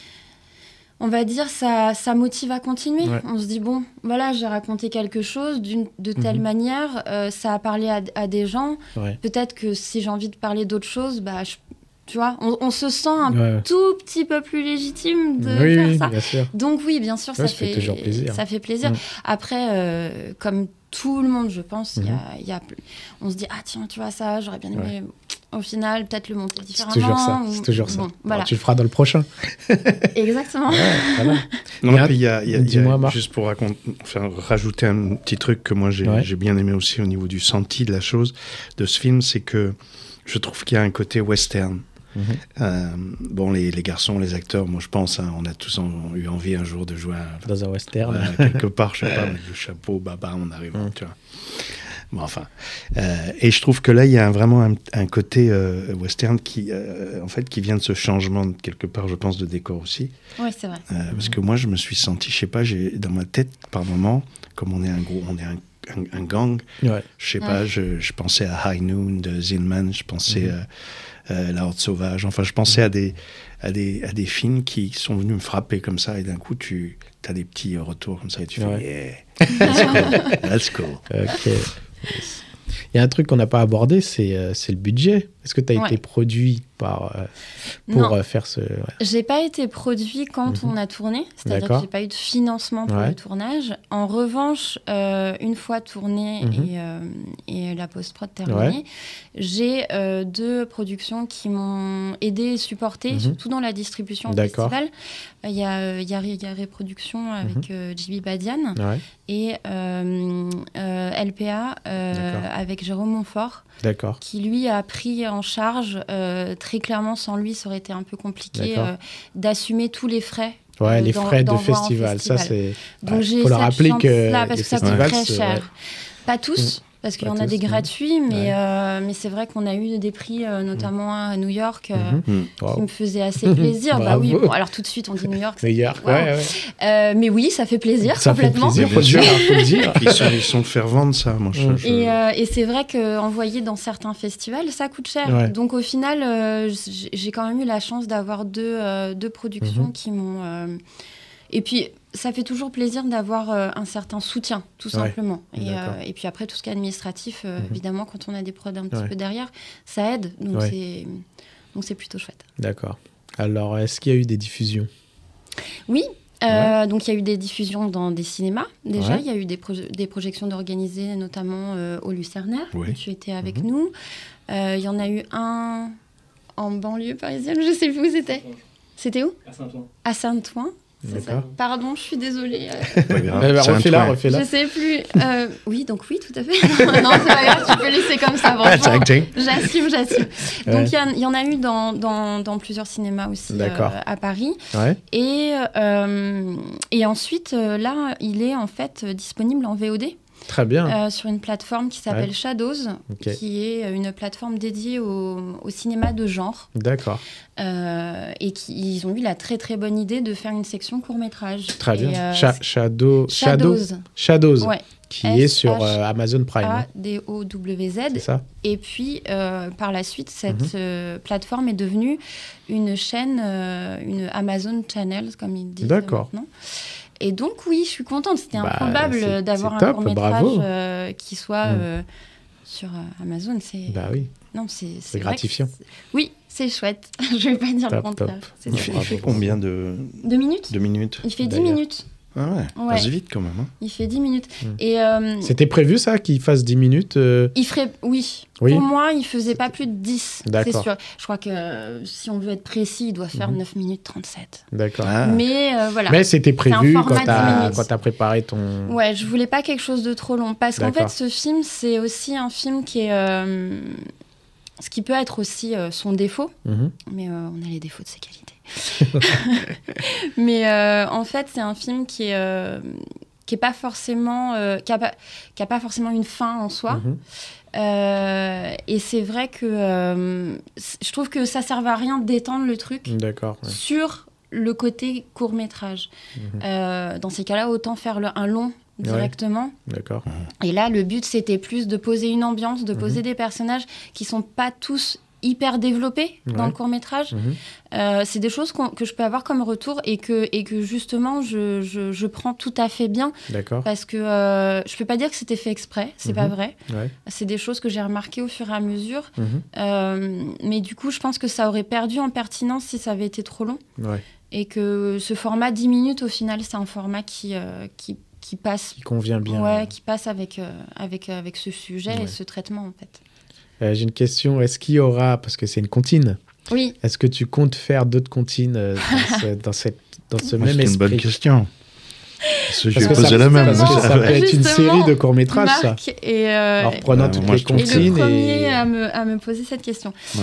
on va dire, ça, ça motive à continuer. Ouais. On se dit, bon, voilà, j'ai raconté quelque chose d'une, de telle mmh. manière, euh, ça a parlé à, à des gens. Ouais. Peut-être que si j'ai envie de parler d'autre chose, bah, je, tu vois, on, on se sent un ouais. tout petit peu plus légitime de oui, faire oui, ça. Bien sûr. Donc oui, bien sûr, ouais, ça, fait, fait toujours plaisir. ça fait plaisir. Mmh. Après, euh, comme tout le monde, je pense, il mmh. y a, y a, on se dit, ah tiens, tu vois ça, j'aurais bien aimé, ouais. au final, peut-être le monter différemment. C'est toujours ça, ou... c'est toujours ça. Bon, voilà. Alors, tu le feras dans le prochain. Exactement. Ouais, voilà. Non, il y a, y a, y a juste pour raconter, enfin, rajouter un petit truc que moi j'ai, ouais. j'ai bien aimé aussi au niveau du senti de la chose, de ce film, c'est que je trouve qu'il y a un côté western. Mmh. Euh, bon, les, les garçons, les acteurs, moi je pense, hein, on a tous en, eu envie un jour de jouer à, dans un western. Euh, quelque part, je sais pas, avec le chapeau, baba, on arrive, mmh. tu vois. Bon, enfin. Euh, et je trouve que là, il y a un, vraiment un, un côté euh, western qui, euh, en fait, qui vient de ce changement, de, quelque part, je pense, de décor aussi. Oui, c'est vrai. Euh, mmh. Parce que moi, je me suis senti, je sais pas, j'ai, dans ma tête, par moment, comme on est un gros, on est un Un, un gang, ouais. je sais ouais. pas, je, je pensais à High Noon de Zinman, je pensais mmh. à euh, La Horde Sauvage, enfin je pensais mmh. à, des, à, des, à des films qui sont venus me frapper comme ça et d'un coup tu as des petits retours comme ça et tu ouais. fais yeah, that's cool, that's cool. Ok. Yes. Il y a un truc qu'on n'a pas abordé, c'est, euh, c'est le budget. Est-ce que tu as ouais. été produit par, euh, pour euh, faire ce... Ouais. J'ai pas été produit quand mm-hmm. on a tourné, c'est-à-dire D'accord. que j'ai pas eu de financement pour ouais. le tournage. En revanche, euh, une fois tourné mm-hmm. et, euh, et la post-prod terminée, ouais. j'ai euh, deux productions qui m'ont aidé et supporté, mm-hmm. surtout dans la distribution au D'accord. festival. Il y a, y a, y a Réproduction avec mm-hmm. euh, J B Badian ouais. et euh, euh, L P A euh, avec Jérôme Montfort. D'accord. Qui lui a pris en charge, euh, très clairement, sans lui, ça aurait été un peu compliqué euh, d'assumer tous les frais. Ouais, euh, les frais de festival. festival. Ça, c'est. Donc, ouais, j'ai faut le rappeler que. Là, parce que ça coûte très cher. Ouais. Pas tous. Mmh. Parce qu'il y en a des gratuits, mais, ouais. euh, mais c'est vrai qu'on a eu des prix, euh, notamment mmh. à New York, euh, mmh. wow. qui me faisaient assez plaisir. Bah oui, bon, alors tout de suite, on dit New York. New York, wow. ouais, ouais. Euh, mais oui, ça fait plaisir, ça complètement. Ça fait plaisir, faut le dire. Faut le dire. Ils, sont, ils sont fervents de ça, moi. Je, mmh. je... Et, euh, et c'est vrai qu'envoyer dans certains festivals, ça coûte cher. Ouais. Donc au final, euh, j'ai quand même eu la chance d'avoir deux, euh, deux productions mmh. qui m'ont... Euh... Et puis... ça fait toujours plaisir d'avoir euh, un certain soutien, tout ouais, simplement. Et, euh, et puis après, tout ce qui est administratif, euh, mm-hmm. évidemment, quand on a des prods un petit ouais. peu derrière, ça aide. Donc, ouais. c'est... donc c'est plutôt chouette. D'accord. Alors, est-ce qu'il y a eu des diffusions ? Oui. Euh, ouais. Donc, il y a eu des diffusions dans des cinémas. Déjà, ouais. il y a eu des, pro- des projections organisées, notamment euh, au Lucernaire. Ouais. Tu étais avec mm-hmm. nous. Euh, il y en a eu un en banlieue parisienne. Je ne sais plus où c'était. C'était où ? À Saint-Ouen. À Saint-Ouen. C'est ça. Pardon, je suis désolée. Pas grave. Refais-la, refais-la. Je sais plus. Euh, oui, donc oui, tout à fait. Non, c'est pas grave, tu peux laisser comme ça. J'assume, j'assume. Donc, il ouais. y, y en a eu dans, dans, dans plusieurs cinémas aussi euh, à Paris. Ouais. Et, euh, et ensuite, euh, là, il est en fait disponible en V O D. Très bien. Euh, sur une plateforme qui s'appelle ouais. Shadows, okay. qui est une plateforme dédiée au, au cinéma de genre. D'accord. Euh, et qui, ils ont eu la très très bonne idée de faire une section court-métrage. Très et, bien. Euh, Cha- Shadow, Shadows. Shadows. Shadows. Ouais. Qui S- est sur euh, Amazon Prime. A D O W Z. C'est ça. Et puis, euh, par la suite, cette mm-hmm. euh, plateforme est devenue une chaîne, euh, une Amazon Channel, comme ils disent D'accord. maintenant. Et donc, oui, je suis contente. C'était bah, improbable c'est, d'avoir c'est un court-métrage euh, qui soit mm. euh, sur euh, Amazon. C'est... Bah oui. Non, c'est, c'est, c'est gratifiant. C'est... Oui, c'est chouette. Je ne vais pas dire top, le contraire. C'est il, fait, il fait combien de... de minutes De minutes. Il fait dix minutes. Ah ouais, ouais. Passe vite quand même. Hein. Il fait dix minutes. Mmh. Et, euh, C'était prévu ça, qu'il fasse dix minutes euh... Il ferait, oui. oui. Pour moi, il ne faisait pas plus de dix. D'accord. C'est sûr. Je crois que euh, si on veut être précis, il doit faire mmh. neuf minutes trente-sept. D'accord. Ah. Mais euh, voilà. Mais c'était prévu quand tu as préparé ton... Ouais, je ne voulais pas quelque chose de trop long. Parce D'accord. qu'en fait, ce film, c'est aussi un film qui est... Euh, ce qui peut être aussi euh, son défaut. Mmh. Mais euh, on a les défauts de ses qualités. Mais euh, en fait, c'est un film qui est, euh, qui est pas forcément, euh, qui a pas, qui a pas forcément une fin en soi. Mm-hmm. Euh, et c'est vrai que euh, je trouve que ça sert à rien d'étendre le truc D'accord, ouais. sur le côté court métrage. Mm-hmm. Euh, dans ces cas-là, autant faire le, un long directement. Ouais. D'accord. Et là, le but, c'était plus de poser une ambiance, de poser mm-hmm. des personnages qui sont pas tous hyper développé ouais. dans le court-métrage. Mmh. Euh, c'est des choses que je peux avoir comme retour et que, et que justement, je, je, je prends tout à fait bien. D'accord. Parce que euh, je ne peux pas dire que c'était fait exprès, c'est mmh. pas vrai. Ouais. C'est des choses que j'ai remarquées au fur et à mesure. Mmh. Euh, mais du coup, je pense que ça aurait perdu en pertinence si ça avait été trop long. Ouais. Et que ce format dix minutes, au final, c'est un format qui... Euh, qui qui passe, qui convient bien. Ouais, ouais. qui passe avec, euh, avec, avec ce sujet ouais. et ce traitement, en fait. Euh, j'ai une question. Est-ce qu'il y aura, parce que c'est une comptine, oui. est-ce que tu comptes faire d'autres comptines euh, dans, ce, dans, cette, dans ce Moi, même c'est esprit? C'est une bonne question. Parce que je vais poser la même. Parce que ça peut être une série de courts-métrages, ça. Et euh, en reprenant euh, toutes les comptines. Et le premier et... à, me, à me poser cette question. Ouais.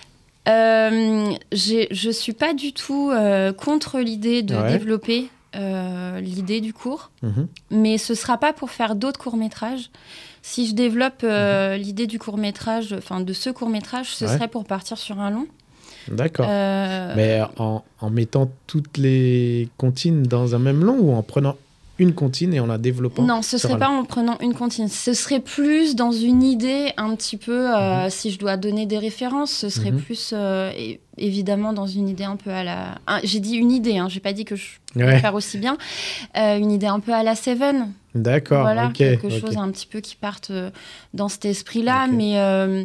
Euh, j'ai, je ne suis pas du tout euh, contre l'idée de ouais. développer euh, l'idée du court, mm-hmm. mais ce ne sera pas pour faire d'autres courts-métrages. Si je développe euh, mm-hmm. l'idée du court-métrage, enfin de ce court-métrage, ce ouais. serait pour partir sur un long. D'accord. Euh... Mais en, en mettant toutes les comptines dans un même long ou en prenant une comptine et en la développant? Non, ce ne serait pas en prenant une comptine. Ce serait plus dans une idée un petit peu, euh, mm-hmm. si je dois donner des références, ce serait mm-hmm. plus euh, et, évidemment dans une idée un peu à la... Ah, j'ai dit une idée, hein, je n'ai pas dit que je pouvais ouais. faire aussi bien. Euh, une idée un peu à la Seven. D'accord, voilà, ok. quelque okay. chose un petit peu qui parte euh, dans cet esprit-là, okay. mais... Euh,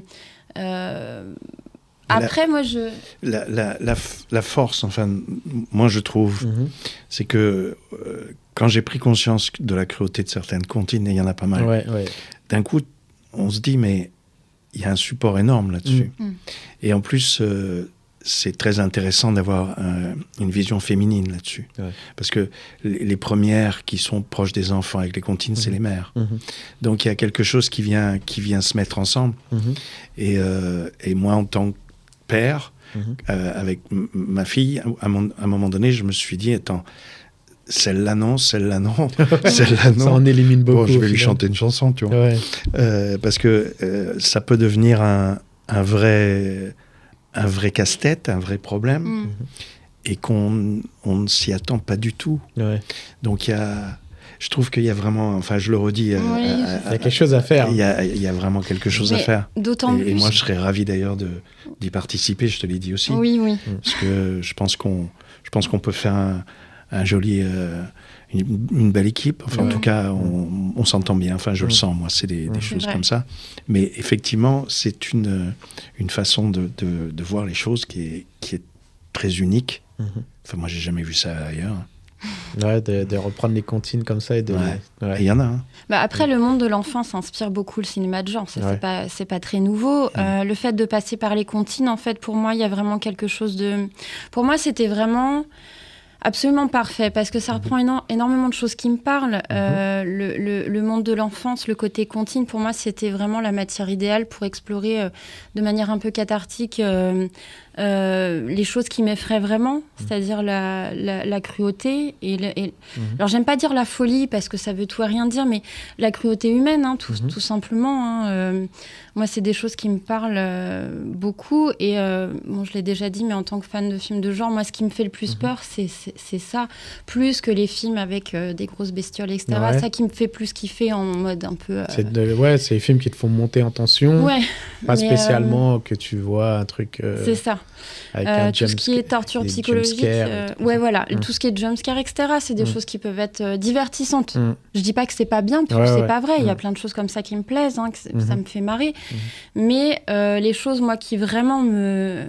euh, Après, la, moi, je... La, la, la, la force, enfin, moi, je trouve, mm-hmm. c'est que euh, quand j'ai pris conscience de la cruauté de certaines comptines, et il y en a pas mal, ouais, ouais. d'un coup, on se dit, mais il y a un support énorme là-dessus. Mm. Et en plus, euh, c'est très intéressant d'avoir euh, une vision féminine là-dessus. Ouais. Parce que les, les premières qui sont proches des enfants avec les comptines, mm-hmm. c'est les mères. Mm-hmm. Donc, il y a quelque chose qui vient, qui vient se mettre ensemble. Mm-hmm. Et, euh, et moi, en tant que père, mmh. euh, avec m- ma fille, à, mon, à un moment donné, je me suis dit, attends, celle-là non, celle-là non, celle-là non. Ça en élimine beaucoup. Bon, je vais lui chanter une chanson, tu vois. Ouais. Euh, parce que euh, ça peut devenir un, un vrai, un vrai casse-tête, un vrai problème, mmh. et qu'on on ne s'y attend pas du tout. Ouais. Donc il y a... Je trouve qu'il y a vraiment, enfin je le redis, oui. euh, il y a quelque chose à faire. Il y a, il y a vraiment quelque chose Mais à faire. D'autant et, plus. Et moi je serais ravi d'ailleurs de, d'y participer, je te l'ai dit aussi. Oui, oui. Parce que je pense qu'on, je pense qu'on peut faire un, un joli, euh, une, une belle équipe. Enfin, ouais. en tout cas, on, on s'entend bien. Enfin, je ouais. le sens, moi, c'est des, des ouais. choses c'est comme ça. Mais effectivement, c'est une, une façon de, de, de voir les choses qui est, qui est très unique. Mm-hmm. Enfin, moi, j'ai jamais vu ça ailleurs. Ouais, de, de reprendre les comptines comme ça et de. Ouais. Ouais. Il y en a. Hein. Bah après, ouais. le monde de l'enfant s'inspire beaucoup le cinéma de genre. Ça, ouais. c'est pas, c'est pas très nouveau. Mmh. Euh, le fait de passer par les comptines, en fait, pour moi, il y a vraiment quelque chose de. Pour moi, c'était vraiment. Absolument parfait, parce que ça reprend éno- énormément de choses qui me parlent. Mmh. Euh, le, le, le monde de l'enfance, le côté comptine, pour moi, c'était vraiment la matière idéale pour explorer euh, de manière un peu cathartique euh, euh, les choses qui m'effraient vraiment, mmh. c'est-à-dire la, la, la cruauté. Et, le, et... Mmh. Alors, j'aime pas dire la folie, parce que ça veut tout et rien dire, mais la cruauté humaine, hein, tout, mmh. tout simplement. Hein, euh, moi, c'est des choses qui me parlent euh, beaucoup. Et euh, bon, je l'ai déjà dit, mais en tant que fan de films de genre, moi, ce qui me fait le plus mmh. peur, c'est, c'est, c'est ça. Plus que les films avec euh, des grosses bestioles, et cetera. Ouais. Ça qui me fait plus kiffer en mode un peu... Euh... C'est de, ouais, c'est les films qui te font monter en tension. Ouais. Pas spécialement euh... que tu vois un truc... Euh... C'est ça. Avec euh, un tout ce qui est torture psychologique, euh, ouais, voilà, mmh. tout ce qui est jumpscare, et cetera, c'est des mmh. choses qui peuvent être euh, divertissantes. Mmh. Je dis pas que c'est pas bien, parce ouais, que c'est ouais. pas vrai. Il mmh. y a plein de choses comme ça qui me plaisent, hein, que mmh. ça me fait marrer. Mmh. Mais euh, les choses, moi, qui vraiment me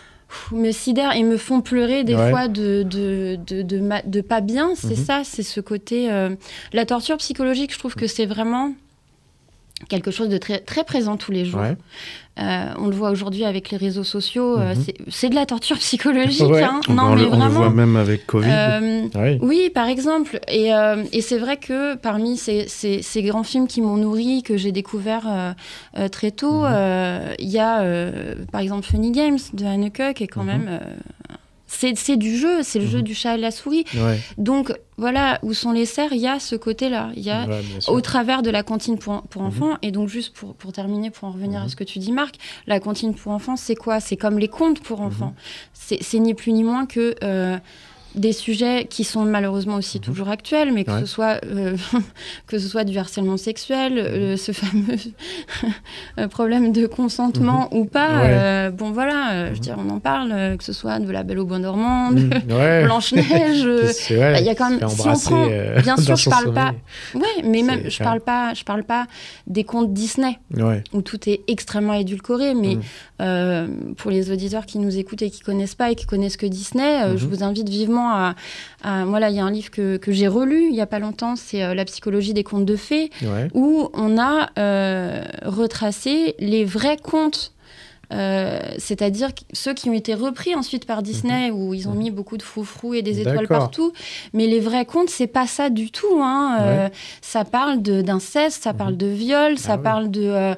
me sidèrent et me font pleurer des ouais. fois de de de, de, ma... de pas bien, c'est mmh. ça, c'est ce côté. Euh... La torture psychologique, je trouve que c'est vraiment quelque chose de très, très présent tous les jours. Ouais. Euh, on le voit aujourd'hui avec les réseaux sociaux. Mm-hmm. Euh, c'est, c'est de la torture psychologique. Ouais. Hein. On, non, on, mais le, vraiment, on le voit même avec Covid. Euh, oui. oui, par exemple. Et, euh, et c'est vrai que parmi ces, ces, ces grands films qui m'ont nourri, que j'ai découvert euh, euh, très tôt, il mm-hmm. euh, y a euh, par exemple Funny Games de Haneke, qui est quand mm-hmm. même... Euh, C'est, c'est du jeu, c'est le mmh. jeu du chat et de la souris. Ouais. Donc, voilà, où sont les cerfs, il y a ce côté-là. Il y a, ouais, au travers de la comptine pour, pour mmh. enfants, et donc juste pour, pour terminer, pour en revenir mmh. à ce que tu dis, Marc, la comptine pour enfants, c'est quoi ? C'est comme les contes pour enfants. Mmh. C'est, c'est ni plus ni moins que... Euh, des sujets qui sont malheureusement aussi mmh. toujours actuels, mais que, ouais. ce soit, euh, que ce soit du harcèlement sexuel, mmh. euh, ce fameux problème de consentement mmh. ou pas. Ouais. Euh, bon, voilà, euh, mmh. je veux dire, on en parle, euh, que ce soit de La Belle au Bois dormant, mmh. ouais. Blanche-Neige. Il ouais, y a quand même... Si on prend, euh, bien sûr, je parle sommeil. pas... Ouais, mais même, je parle pas, je parle pas des contes Disney, ouais. où tout est extrêmement édulcoré, mais mmh. euh, pour les auditeurs qui nous écoutent et qui connaissent pas et qui connaissent que Disney, euh, mmh. je vous invite vivement À, à, moi, là, il y a un livre que, que j'ai relu il n'y a pas longtemps, c'est euh, La psychologie des contes de fées, ouais. où on a euh, retracé les vrais contes, euh, c'est-à-dire ceux qui ont été repris ensuite par Disney, mmh. où ils ont mis beaucoup de froufrous et des étoiles D'accord. partout. Mais les vrais contes, c'est pas ça du tout. Hein. Ouais. Euh, ça parle de, d'inceste, ça mmh. parle de viol, ça ah, parle oui. de... Euh,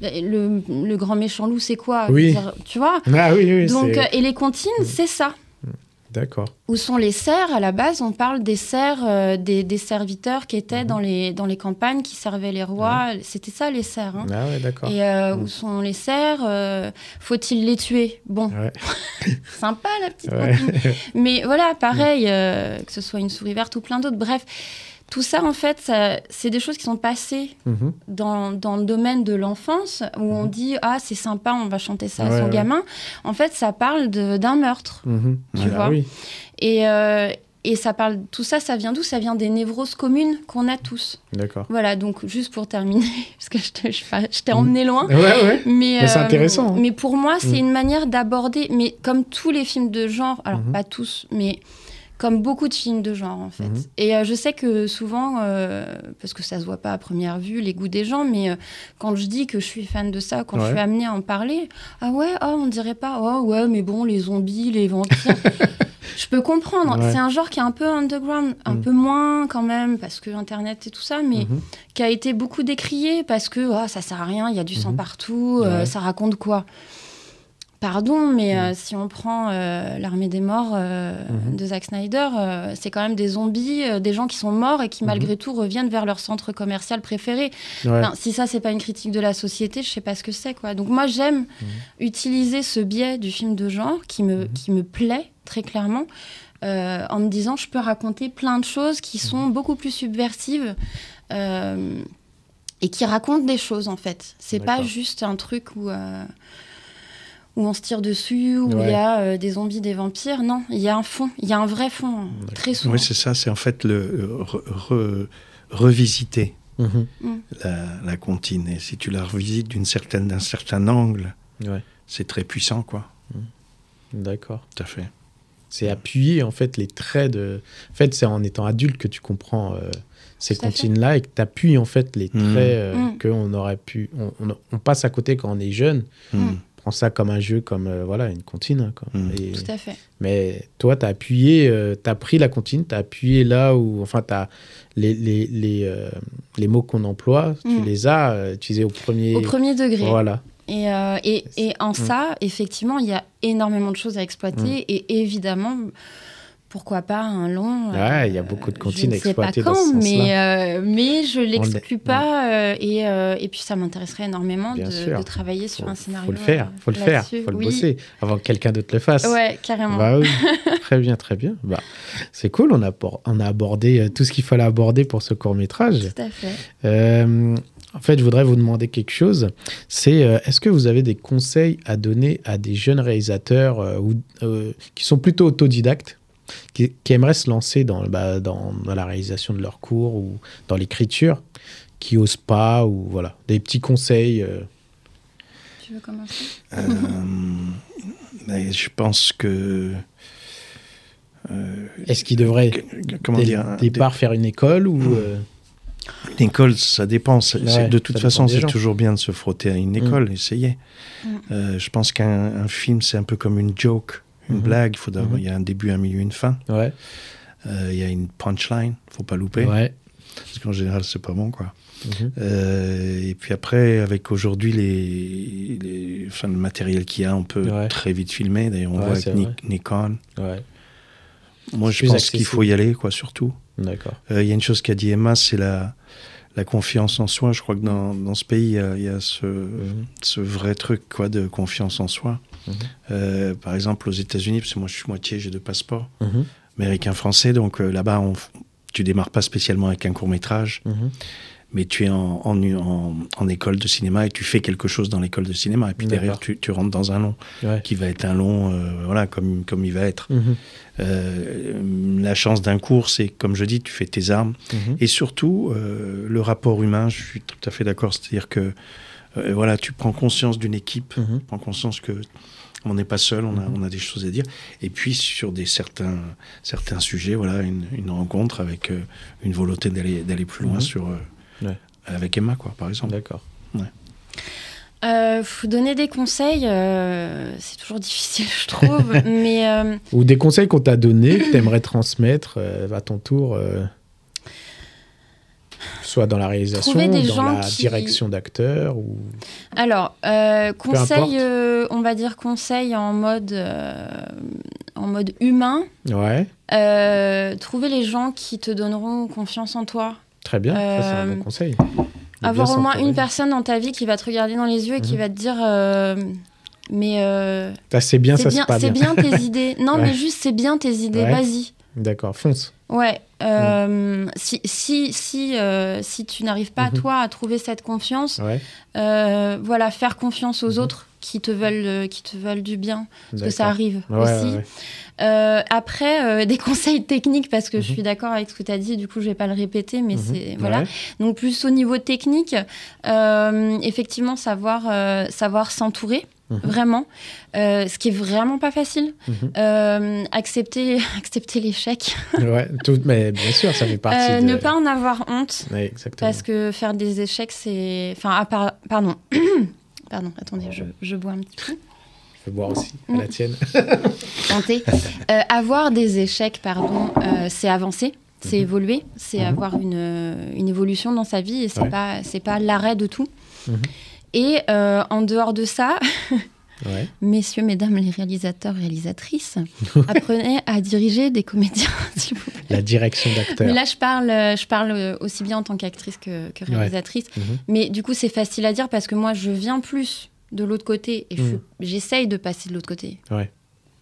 le, le grand méchant loup, c'est quoi ? Oui. Dire, tu vois ? Ah, oui, oui, Donc, c'est... euh, et les comptines, mmh. c'est ça. D'accord. Où sont les serfs ? À la base, on parle des serfs, euh, des, des serviteurs qui étaient mmh. dans, les, dans les campagnes, qui servaient les rois. Ouais. C'était ça, les serfs. Hein. Ah ouais, d'accord. Et euh, mmh. où sont les serfs ? euh, Faut-il les tuer ? Bon, ouais. Sympa, la petite ouais. comptine. Mais voilà, pareil, euh, que ce soit une souris verte ou plein d'autres. Bref, tout ça, en fait, ça, c'est des choses qui sont passées mmh. dans, dans le domaine de l'enfance, où mmh. on dit « Ah, c'est sympa, on va chanter ça ouais, à son ouais. gamin ». En fait, ça parle de, d'un meurtre, mmh. tu voilà, vois. Oui. Et, euh, et ça parle, tout ça, ça vient d'où ? Ça vient des névroses communes qu'on a tous. D'accord. Voilà, donc juste pour terminer, parce que je, te, je, je t'ai emmené loin. Ouais, ouais. Mais, mais c'est euh, intéressant. Hein. Mais pour moi, c'est mmh. une manière d'aborder, mais comme tous les films de genre, alors mmh. pas tous, mais... comme beaucoup de films de genre, en fait. Mmh. Et euh, je sais que souvent, euh, parce que ça se voit pas à première vue, les goûts des gens, mais euh, quand je dis que je suis fan de ça, quand ouais. je suis amenée à en parler, ah ouais, oh, on dirait pas, oh ouais, mais bon, les zombies, les vampires... Je peux comprendre. Ouais. C'est un genre qui est un peu underground, un mmh. peu moins quand même, parce que Internet et tout ça, mais mmh. qui a été beaucoup décrié parce que oh, ça sert à rien, il y a du mmh. sang partout, ouais. euh, ça raconte quoi ? Pardon, mais mmh. euh, si on prend euh, L'Armée des morts euh, mmh. de Zack Snyder, euh, c'est quand même des zombies, euh, des gens qui sont morts et qui, mmh. malgré tout, reviennent vers leur centre commercial préféré. Ouais. Enfin, si ça, c'est pas une critique de la société, je sais pas ce que c'est, quoi. Donc moi, j'aime mmh. utiliser ce biais du film de genre qui me, mmh. qui me plaît, très clairement, euh, en me disant, je peux raconter plein de choses qui sont mmh. beaucoup plus subversives euh, et qui racontent des choses, en fait. C'est D'accord. pas juste un truc où... Euh, où on se tire dessus, où il ouais. y a euh, des zombies, des vampires. Non, il y a un fond, il y a un vrai fond, hein, très souvent. Oui, c'est ça, c'est en fait le re, re, revisiter mm-hmm. la, la comptine. Et si tu la revisites d'une certaine, d'un certain angle, ouais. c'est très puissant, quoi. Mm. D'accord. Tout à fait. C'est appuyer, en fait, les traits de... En fait, c'est en étant adulte que tu comprends... Euh... ces comptines-là, et que tu appuies en fait les traits mmh. euh, mmh. qu'on aurait pu... On, on, on passe à côté quand on est jeune. Mmh. prends ça comme un jeu, comme euh, voilà, une comptine. Quoi. Mmh. Et, tout à fait. Mais toi, tu as appuyé, euh, tu as pris la comptine, tu as appuyé là où, enfin, tu as les, les, les, euh, les mots qu'on emploie, mmh. tu les as euh, utilisés au premier... Au premier degré. Voilà. Et, euh, et, et en mmh. ça, effectivement, il y a énormément de choses à exploiter. Mmh. Et évidemment, pourquoi pas un long... Ouais, il y a beaucoup de comptines à exploiter quand, dans ce sens-là. Mais, euh, mais je ne l'exclus pas. Euh, et, euh, et puis, ça m'intéresserait énormément de, de travailler sur faut, un scénario. Il faut le faire, il faut le faire, il faut le oui. bosser avant que quelqu'un d'autre le fasse. Ouais, carrément. Bah, oui. Très bien, très bien. Bah, c'est cool, on a, on a abordé tout ce qu'il fallait aborder pour ce court-métrage. Tout à fait. Euh, En fait, je voudrais vous demander quelque chose. C'est, euh, est-ce que vous avez des conseils à donner à des jeunes réalisateurs euh, ou, euh, qui sont plutôt autodidactes, qui, qui aimeraient se lancer dans, bah, dans, dans la réalisation de leurs cours ou dans l'écriture, qui n'osent pas, ou voilà, des petits conseils euh... Tu veux commencer euh, mais Je pense que... Euh, est-ce qu'ils devraient, que, comment dès dire, le départ, des... faire une école ou... Mmh. Euh... Une école, ça dépend. C'est, ouais, c'est, de toute façon, c'est gens. toujours bien de se frotter à une école, mmh. essayer. Mmh. Euh, je pense qu'un un film, c'est un peu comme une joke, une mmh. blague. Il faut mmh. y a un début, un milieu, une fin. Il ouais. euh, y a une punchline, il ne faut pas louper. Ouais. Parce qu'en général, c'est pas bon, quoi. Mmh. Euh, et puis après, avec aujourd'hui les, les, enfin, le matériel qu'il y a, on peut ouais. très vite filmer. D'ailleurs, on ouais, voit avec Ni- Nikon. Ouais. Moi, je pense accessible. qu'il faut y aller, quoi, surtout. D'accord. Il euh, y a une chose qu'a dit Emma, c'est la, la confiance en soi. Je crois que dans, dans ce pays, il y, y a ce, mmh. ce vrai truc, quoi, de confiance en soi. Mmh. Euh, par exemple, aux États-Unis, parce que moi, je suis moitié, j'ai deux passeports, mmh. américain-français, donc euh, là-bas, on, tu démarres pas spécialement avec un court-métrage, mmh. mais tu es en, en, en, en école de cinéma et tu fais quelque chose dans l'école de cinéma. Et puis D'accord. derrière, tu, tu rentres dans un long, ouais. qui va être un long, euh, voilà, comme, comme il va être. Mmh. Euh, la chance d'un cours, c'est, comme je dis, tu fais tes armes. Mmh. Et surtout, euh, le rapport humain, je suis tout à fait d'accord. C'est-à-dire que, euh, voilà, tu prends conscience d'une équipe, mmh. tu prends conscience que on n'est pas seul, on a, mmh. on a des choses à dire. Et puis, sur des certains, certains sujets, voilà, une, une rencontre avec euh, une volonté d'aller, d'aller plus loin mmh. sur... Euh, Ouais. Avec Emma, quoi, par exemple. D'accord. Ouais. Euh, faut donner des conseils, euh, c'est toujours difficile, je trouve. mais euh... Ou des conseils qu'on t'a donnés, que tu aimerais transmettre euh, à ton tour, euh, soit dans la réalisation, dans la qui... direction d'acteur ou... Alors, euh, conseil, euh, on va dire conseil en mode, euh, en mode humain. Ouais. Euh, trouver les gens qui te donneront confiance en toi. Très bien, euh, ça c'est un bon conseil. Avoir au moins une personne dans ta vie qui va te regarder dans les yeux et mmh. qui va te dire euh, mais euh, ah, c'est bien, c'est ça bien, c'est pas c'est bien. bien tes idées. Non ouais. mais juste c'est bien tes idées, ouais. vas-y. D'accord, fonce. Ouais, euh, mmh. si, si, si, euh, si tu n'arrives pas, mmh. toi, à trouver cette confiance, ouais. euh, voilà, faire confiance aux mmh. autres qui te veulent, euh, qui te veulent du bien, parce D'accord. que ça arrive ouais, aussi. Ouais, ouais. Euh, après, euh, des conseils techniques, parce que mmh. je suis d'accord avec ce que tu as dit, du coup, je ne vais pas le répéter, mais mmh. c'est... Voilà. Ouais. Donc, plus au niveau technique, euh, effectivement, savoir, euh, savoir s'entourer. Mmh. Vraiment, euh, ce qui est vraiment pas facile. Mmh. Euh, accepter, accepter l'échec. Ouais, tout, mais bien sûr, ça fait partie. Euh, de... Ne pas en avoir honte. Ouais, exactement. Parce que faire des échecs, c'est. Enfin, à part... pardon. Pardon, attendez, je, je bois un petit peu. Je peux boire aussi, à la tienne. Santé. Euh, avoir des échecs, pardon, euh, c'est avancer. C'est mmh. évoluer, c'est mmh. avoir une, une évolution dans sa vie et c'est ouais. pas, c'est pas l'arrêt de tout. Mmh. Et euh, en dehors de ça, ouais. messieurs, mesdames les réalisateurs, réalisatrices, apprenez à diriger des comédiens, s'il vous plaît. La direction d'acteur. Mais là, je parle, je parle aussi bien en tant qu'actrice que, que réalisatrice. Ouais. Mmh. Mais du coup, c'est facile à dire parce que moi, je viens plus de l'autre côté et mmh. je, j'essaye de passer de l'autre côté. Ouais.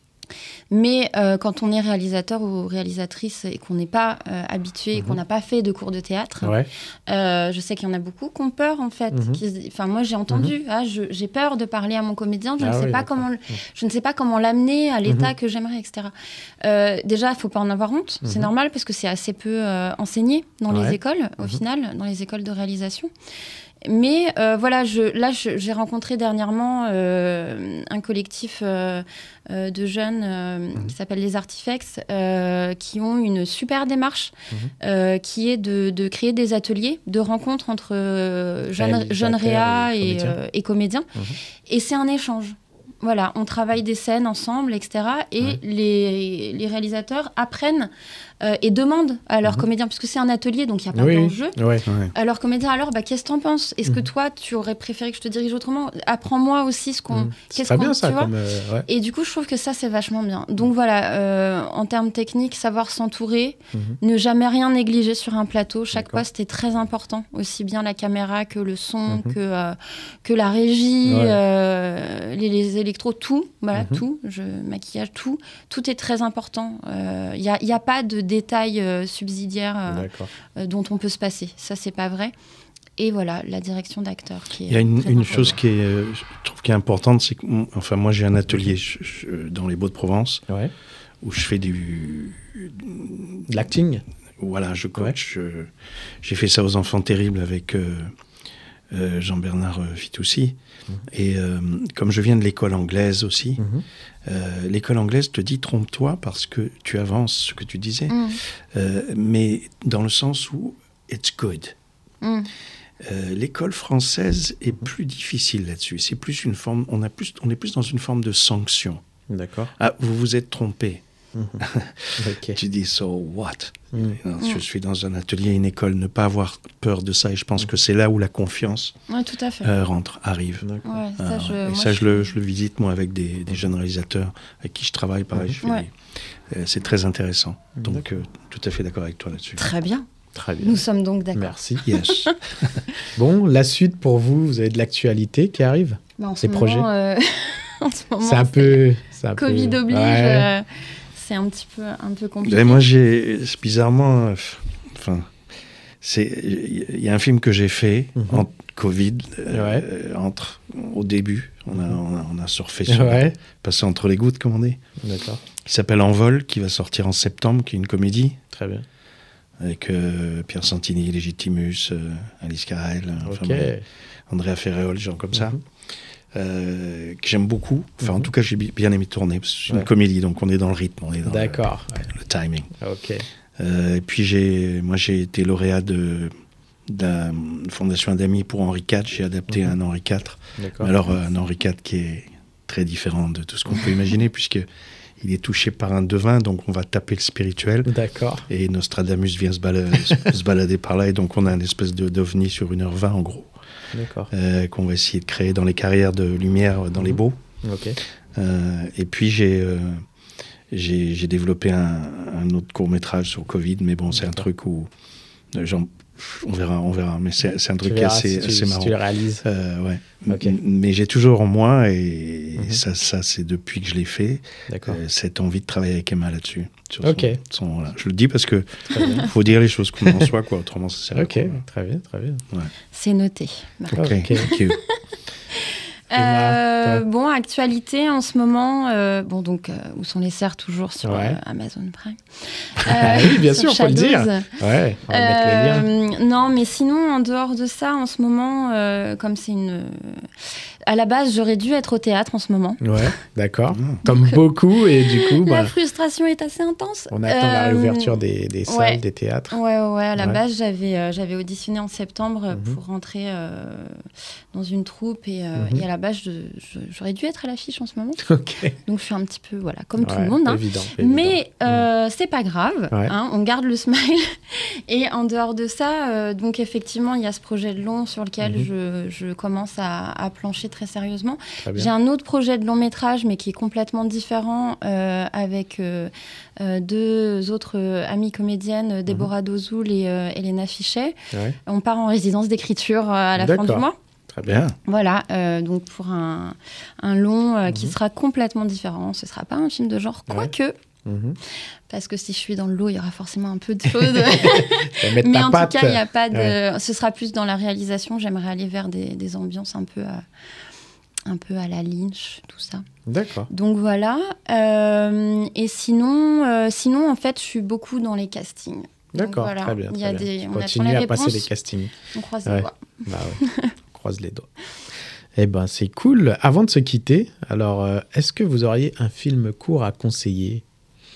Mais euh, quand on est réalisateur ou réalisatrice et qu'on n'est pas euh, habitué, et mmh. qu'on n'a pas fait de cours de théâtre, ouais. euh, je sais qu'il y en a beaucoup qui ont peur, en fait. Mmh. Qui, enfin, moi, j'ai entendu, mmh. ah, je, j'ai peur de parler à mon comédien, je, ah, ne, sais oui, pas comment, je ne sais pas comment l'amener à l'état mmh. que j'aimerais, et cetera. Euh, déjà, il ne faut pas en avoir honte, mmh. c'est normal, parce que c'est assez peu euh, enseigné dans ouais. les écoles, au mmh. final, dans les écoles de réalisation. Mais euh, voilà, je, là, je, j'ai rencontré dernièrement euh, un collectif euh, euh, de jeunes euh, mmh. qui s'appelle les Artifex, euh, qui ont une super démarche, mmh. euh, qui est de, de créer des ateliers de rencontres entre euh, jeunes, jeunes réa et, euh, et comédiens. Mmh. Et c'est un échange. Voilà, on travaille des scènes ensemble, et cetera. Et ouais. les, les réalisateurs apprennent euh, et demandent à leurs mmh. comédiens, parce que c'est un atelier, donc il n'y a pas oui, d'enjeu, oui. Ouais. à leurs comédiens, alors, bah, qu'est-ce que tu en penses ? Est-ce mmh. que toi, tu aurais préféré que je te dirige autrement ? Apprends-moi aussi ce qu'on... Mmh. C'est très bien, ça. Comme, euh, ouais. Et du coup, je trouve que ça, c'est vachement bien. Donc voilà, euh, en termes techniques, savoir s'entourer, mmh. ne jamais rien négliger sur un plateau. Chaque D'accord. poste est très important, aussi bien la caméra que le son, mmh. que, euh, que la régie, ouais. euh, les, les électros, tout, voilà, mmh. tout, je, maquillage, tout. Tout est très important. Il euh, n'y a, y a pas de détails euh, subsidiaires euh, euh, dont on peut se passer. Ça, c'est pas vrai. Et voilà, la direction d'acteur. Il y a une, une chose qui est, euh, je trouve qui est importante, c'est que, enfin, moi, j'ai un atelier je, je, dans les Baux-de-Provence ouais. où je fais du... De l'acting. Voilà, je coach. Ouais. Euh, j'ai fait ça aux Enfants Terribles avec euh, euh, Jean-Bernard Fitoussi. Mmh. Et euh, comme je viens de l'école anglaise aussi, mmh. euh, l'école anglaise te dit trompe-toi parce que tu avances ce que tu disais, mmh. euh, mais dans le sens où it's good. Mmh. Euh, l'école française est plus difficile là-dessus. C'est plus une forme, on, a plus, on est plus dans une forme de sanction. D'accord. Ah, vous vous êtes trompé. Mmh. Okay. Tu dis so what? Mmh. Non, mmh. Je suis dans un atelier, une école, ne pas avoir peur de ça. Et je pense mmh. que c'est là où la confiance ouais, tout à fait. Euh, rentre, arrive. Ouais, ça, euh, je, et ça, je, je, le, je le visite moi avec des, des jeunes réalisateurs avec qui je travaille. Pareil, mmh. je fais ouais. des, euh, c'est très intéressant. Donc, euh, tout à fait d'accord avec toi là-dessus. Très bien. Très bien. Nous sommes donc d'accord. Merci. Yes. Bon, la suite pour vous, vous avez de l'actualité qui arrive, bah, en des ce projets. Moment, euh, en ce moment, c'est un peu, c'est un Covid peu... oblige. Ouais. Euh, c'est un petit peu, un peu compliqué. Et moi, j'ai bizarrement, euh, enfin, c'est, il y a un film que j'ai fait mm-hmm. en Covid, euh, ouais. entre au début, on a, on a, on a surfé sur, ouais. passé entre les gouttes, comme on dit. D'accord. Qui s'appelle Envol, qui va sortir en septembre, qui est une comédie. Très bien. Avec euh, Pierre Santini, Légitimus, euh, Alice Carrel, enfin, okay. bon, Andrea Ferreol, gens comme mm-hmm. ça, euh, que j'aime beaucoup. Enfin, mm-hmm. en tout cas, j'ai bien aimé tourner, parce que c'est une ouais. comédie, donc on est dans le rythme, on est dans D'accord. Le, ouais, le timing. Ok. Euh, et puis, j'ai, moi, j'ai été lauréat de, de la Fondation Adami pour Henri quatre. J'ai adapté mm-hmm. un Henri quatre. D'accord. Mais alors, un Henri quatre qui est très différent de tout ce qu'on peut imaginer, puisque il est touché par un devin, donc on va taper le spirituel. D'accord. Et Nostradamus vient se balader, se balader par là, et donc on a une espèce de, d'ovni sur une heure vingt, en gros. D'accord. Euh, qu'on va essayer de créer dans les carrières de lumière, dans mmh. les Baux. Ok. Euh, et puis j'ai, euh, j'ai, j'ai développé un, un autre court-métrage sur Covid, mais bon, c'est D'accord. un truc où... Euh, genre, on verra, on verra, mais c'est, c'est un truc verras, assez, si tu, assez marrant. Si tu le réalises. Euh, ouais. Okay. Mais j'ai toujours en moi, et mm-hmm. ça, ça c'est depuis que je l'ai fait, euh, cette envie de travailler avec Emma là-dessus. Sur ok. Son, son, voilà. Je le dis parce que faut dire les choses comme en soi, quoi. Autrement, ça sert à Ok, quoi. très bien, très bien. Ouais. C'est noté. Ok, okay. Thank you. Euh, bon, actualité en ce moment, euh, bon donc euh, où sont les serres toujours sur ouais. euh, Amazon Prime. Euh, oui, bien sûr, faut le dire. Ouais, on va mettre les liens. Non, mais sinon en dehors de ça, en ce moment, euh, comme c'est une, à la base, j'aurais dû être au théâtre en ce moment. Ouais, d'accord. Comme donc, beaucoup et du coup, la bah, frustration est assez intense. On attend la réouverture des, des salles, ouais. des théâtres. Ouais, ouais. À la ouais. base, j'avais euh, j'avais auditionné en septembre mm-hmm. pour rentrer euh, dans une troupe et, euh, mm-hmm. et à la base, je, je, j'aurais dû être à l'affiche en ce moment. Okay. Donc je suis un petit peu, voilà, comme ouais, tout le monde. Hein. Évident, évident. Mais euh, mm. c'est pas grave. Ouais. Hein, on garde le smile. Et en dehors de ça, euh, donc effectivement, il y a ce projet de long sur lequel mm-hmm. je, je commence à, à plancher très sérieusement. Très J'ai un autre projet de long métrage, mais qui est complètement différent, euh, avec euh, euh, deux autres euh, amies comédiennes, Déborah mm-hmm. Dozoul et euh, Elena Fichet. Ouais. On part en résidence d'écriture euh, à la D'accord. fin du mois. Très bien. Voilà, euh, donc pour un, un long euh, mm-hmm. qui sera complètement différent. Ce ne sera pas un film de genre, quoique. Ouais. Mmh. Parce que si je suis dans le lot, il y aura forcément un peu de choses. Mais en patte. tout cas, il y a pas de. Ouais. Ce sera plus dans la réalisation. J'aimerais aller vers des, des ambiances un peu, à, un peu à la Lynch, tout ça. D'accord. Donc voilà. Euh, et sinon, euh, sinon, en fait, je suis beaucoup dans les castings. D'accord. Donc, voilà. Très bien. Il y a très des. bien. On Continue a à passer les castings. On croise ouais. les doigts. Bah ouais. On croise les doigts. Eh ben, c'est cool. Avant de se quitter, alors, euh, est-ce que vous auriez un film court à conseiller ?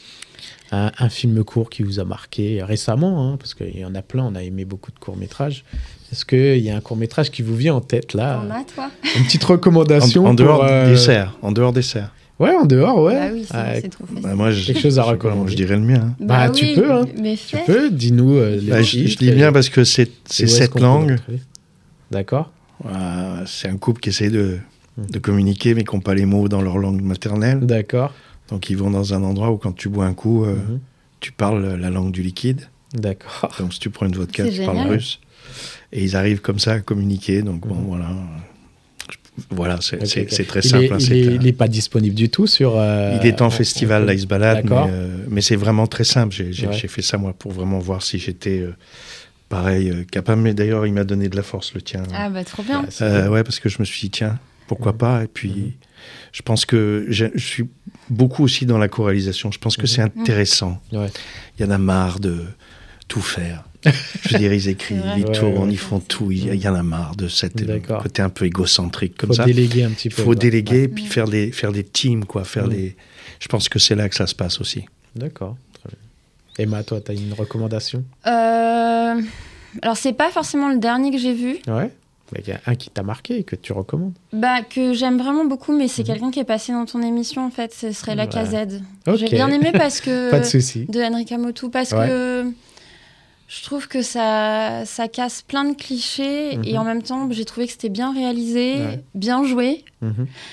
un, un film court qui vous a marqué récemment, hein, parce qu'il y en a plein, on a aimé beaucoup de courts-métrages. Est-ce qu'il y a un court-métrage qui vous vient en tête, là? T'en as, toi? Une petite recommandation En, en dehors pour, euh... des serres. En dehors des serres. Ouais, en dehors, ouais. Bah oui, c'est, euh, c'est trop facile. Bah moi, je, quelque chose à recommander. Je dirais le mien. Hein. Bah, bah oui, tu peux, hein. Mais tu fais. peux, dis-nous euh, les bah, je, je dis bien parce que c'est, c'est sept langues. D'accord. Euh, c'est un couple qui essaie de, de communiquer, mais qui n'ont pas les mots dans leur langue maternelle. D'accord. Donc, ils vont dans un endroit où, quand tu bois un coup, euh, mm-hmm. tu parles la langue du liquide. D'accord. Donc, si tu prends une vodka, c'est tu génial. parles russe. Et ils arrivent comme ça à communiquer. Donc, bon, mm-hmm. voilà. Voilà, c'est, okay, c'est, okay. c'est très il simple. Est, hein, il n'est pas disponible du tout sur... Euh, il est en festival, on, là, il se balade, mais, euh, mais c'est vraiment très simple. J'ai, j'ai, ouais. j'ai fait ça, moi, pour vraiment voir si j'étais, euh, pareil, euh, capable. Mais d'ailleurs, il m'a donné de la force, le tien. Ah, bah, trop bien. Ouais, euh, ouais, parce que je me suis dit, tiens, pourquoi mmh. pas. Et puis, mmh. je pense que je, je suis beaucoup aussi dans la choralisation. Je pense que mmh. c'est intéressant. Ouais. Il y en a marre de tout faire. Je veux dire, ils écrivent, ils tournent, ouais, ouais. ils font tout. Il y, y en a marre de cet D'accord. côté un peu égocentrique comme faut ça. Faut déléguer un petit peu. Il faut déléguer ouais. et puis faire des, faire des teams, quoi. Faire mmh. des... Je pense que c'est là que ça se passe aussi. D'accord, très bien. Emma, toi, tu as une recommandation? euh... Alors, c'est pas forcément le dernier que j'ai vu. Ouais. Il y a un qui t'a marqué et que tu recommandes? Bah, que j'aime vraiment beaucoup, mais c'est mmh. quelqu'un qui est passé dans ton émission, en fait. Ce serait La Casette. Okay. J'ai bien aimé parce que... Pas de souci. De Enrica Motu, parce ouais. que... Je trouve que ça, ça casse plein de clichés mmh. et en même temps, j'ai trouvé que c'était bien réalisé, ouais. bien joué. Mmh.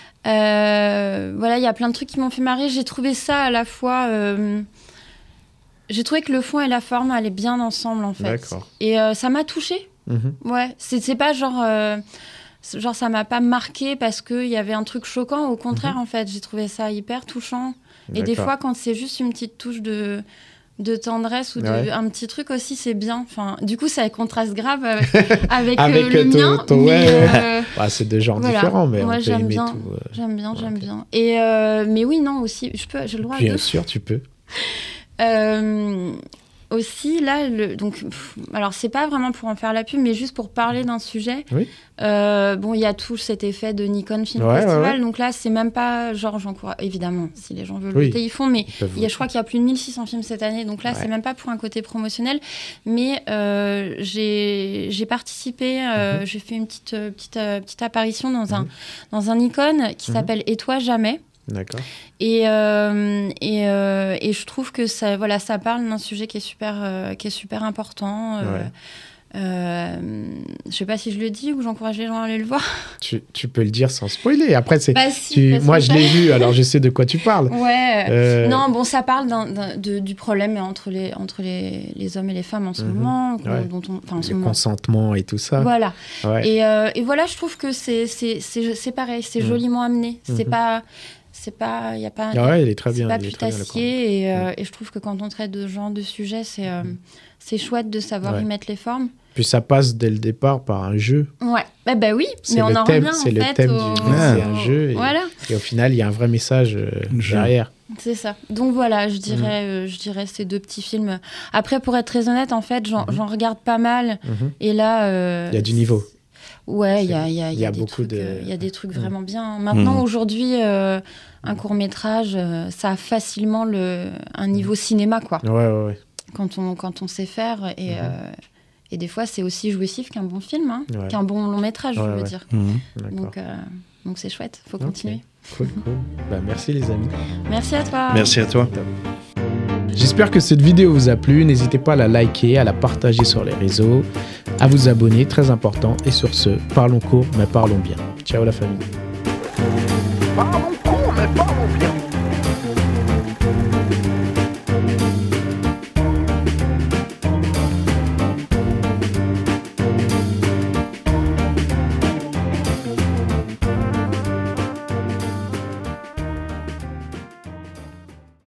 Euh, voilà, il y a plein de trucs qui m'ont fait marrer. J'ai trouvé ça à la fois... Euh, j'ai trouvé que le fond et la forme allaient bien ensemble, en fait. D'accord. Et euh, ça m'a touchée. Mmh. Ouais, c'est, c'est pas genre... Euh, genre, ça m'a pas marqué parce qu'il y avait un truc choquant. Au contraire, mmh. en fait, j'ai trouvé ça hyper touchant. D'accord. Et des fois, quand c'est juste une petite touche de... de tendresse ou de, ouais. un petit truc aussi, c'est bien. Enfin, du coup, ça contraste grave avec, avec, avec euh, le ton, mien. Ton, mais, ouais, euh, ouais, c'est deux genres voilà. différents, mais moi, on peut j'aime aimer bien. tout. Euh... J'aime bien, j'aime okay. bien. Et, euh, mais oui, non, aussi, je peux, j'ai le droit Bien de... sûr, tu peux. euh, aussi, là, le, donc, pff, alors, c'est pas vraiment pour en faire la pub, mais juste pour parler d'un sujet. Oui. Euh, bon, il y a tout cet effet de Nikon Film ouais, Festival, ouais, ouais. donc là, c'est même pas genre, j'encourage, évidemment, si les gens veulent oui. voter, ils font, mais ils il y a, je crois qu'il y a plus de mille six cents films cette année, donc là, ouais. c'est même pas pour un côté promotionnel, mais euh, j'ai, j'ai participé, euh, mm-hmm. j'ai fait une petite, euh, petite, euh, petite apparition dans, mm-hmm. un, dans un Nikon qui mm-hmm. s'appelle Et toi jamais. D'accord. Et, euh, et, euh, et je trouve que ça, voilà, ça parle d'un sujet qui est super, euh, qui est super important. Euh, ouais. euh, je ne sais pas si je le dis ou j'encourage les gens à aller le voir. Tu, tu peux le dire sans spoiler. Après, c'est, bah si, tu, moi, je l'ai vu, alors je sais de quoi tu parles. Ouais. Euh... Non, bon, ça parle d'un, d'un, de, du problème entre les, entre les, les hommes et les femmes en ce mm-hmm. moment. Ouais. Dont on, enfin, en ce le moment. consentement et tout ça. Voilà. Ouais. Et, euh, et voilà, je trouve que c'est, c'est, c'est, c'est pareil, c'est mm. joliment amené. Mm-hmm. C'est pas... C'est pas, il y a pas, ah ouais, il est très bien, c'est pas il est très putassier et, euh, ouais. et je trouve que quand on traite de ce genre de sujet, c'est, euh, c'est chouette de savoir ouais. y mettre les formes. Puis ça passe dès le départ par un jeu. Ouais, eh ben oui, c'est mais on en thème, revient c'est en le fait thème au... du, ah. c'est un jeu et, voilà. et au final il y a un vrai message euh, derrière. C'est ça. Donc voilà, je dirais, mmh. euh, je dirais ces deux petits films. Après, pour être très honnête, en fait, j'en, mmh. j'en regarde pas mal mmh. et là, euh, il y a du niveau. Ouais, il y a, y a, y y a, a des beaucoup trucs, de. Il y a des trucs vraiment bien. Maintenant, mmh. aujourd'hui, euh, un court métrage, euh, ça a facilement le un niveau cinéma, quoi. Ouais, ouais, ouais. Quand on quand on sait faire et mmh. euh, et des fois, c'est aussi jouissif qu'un bon film, hein, ouais. qu'un bon long métrage, ouais, je veux ouais. dire. Mmh. Donc euh, donc c'est chouette, faut continuer. Okay. Cool, cool. Bah, merci les amis. Merci à toi. Merci à toi. J'espère que cette vidéo vous a plu. N'hésitez pas à la liker, à la partager sur les réseaux, à vous abonner, très important. Et sur ce, parlons court, mais parlons bien. Ciao la famille. Parlons court, mais parlons bien.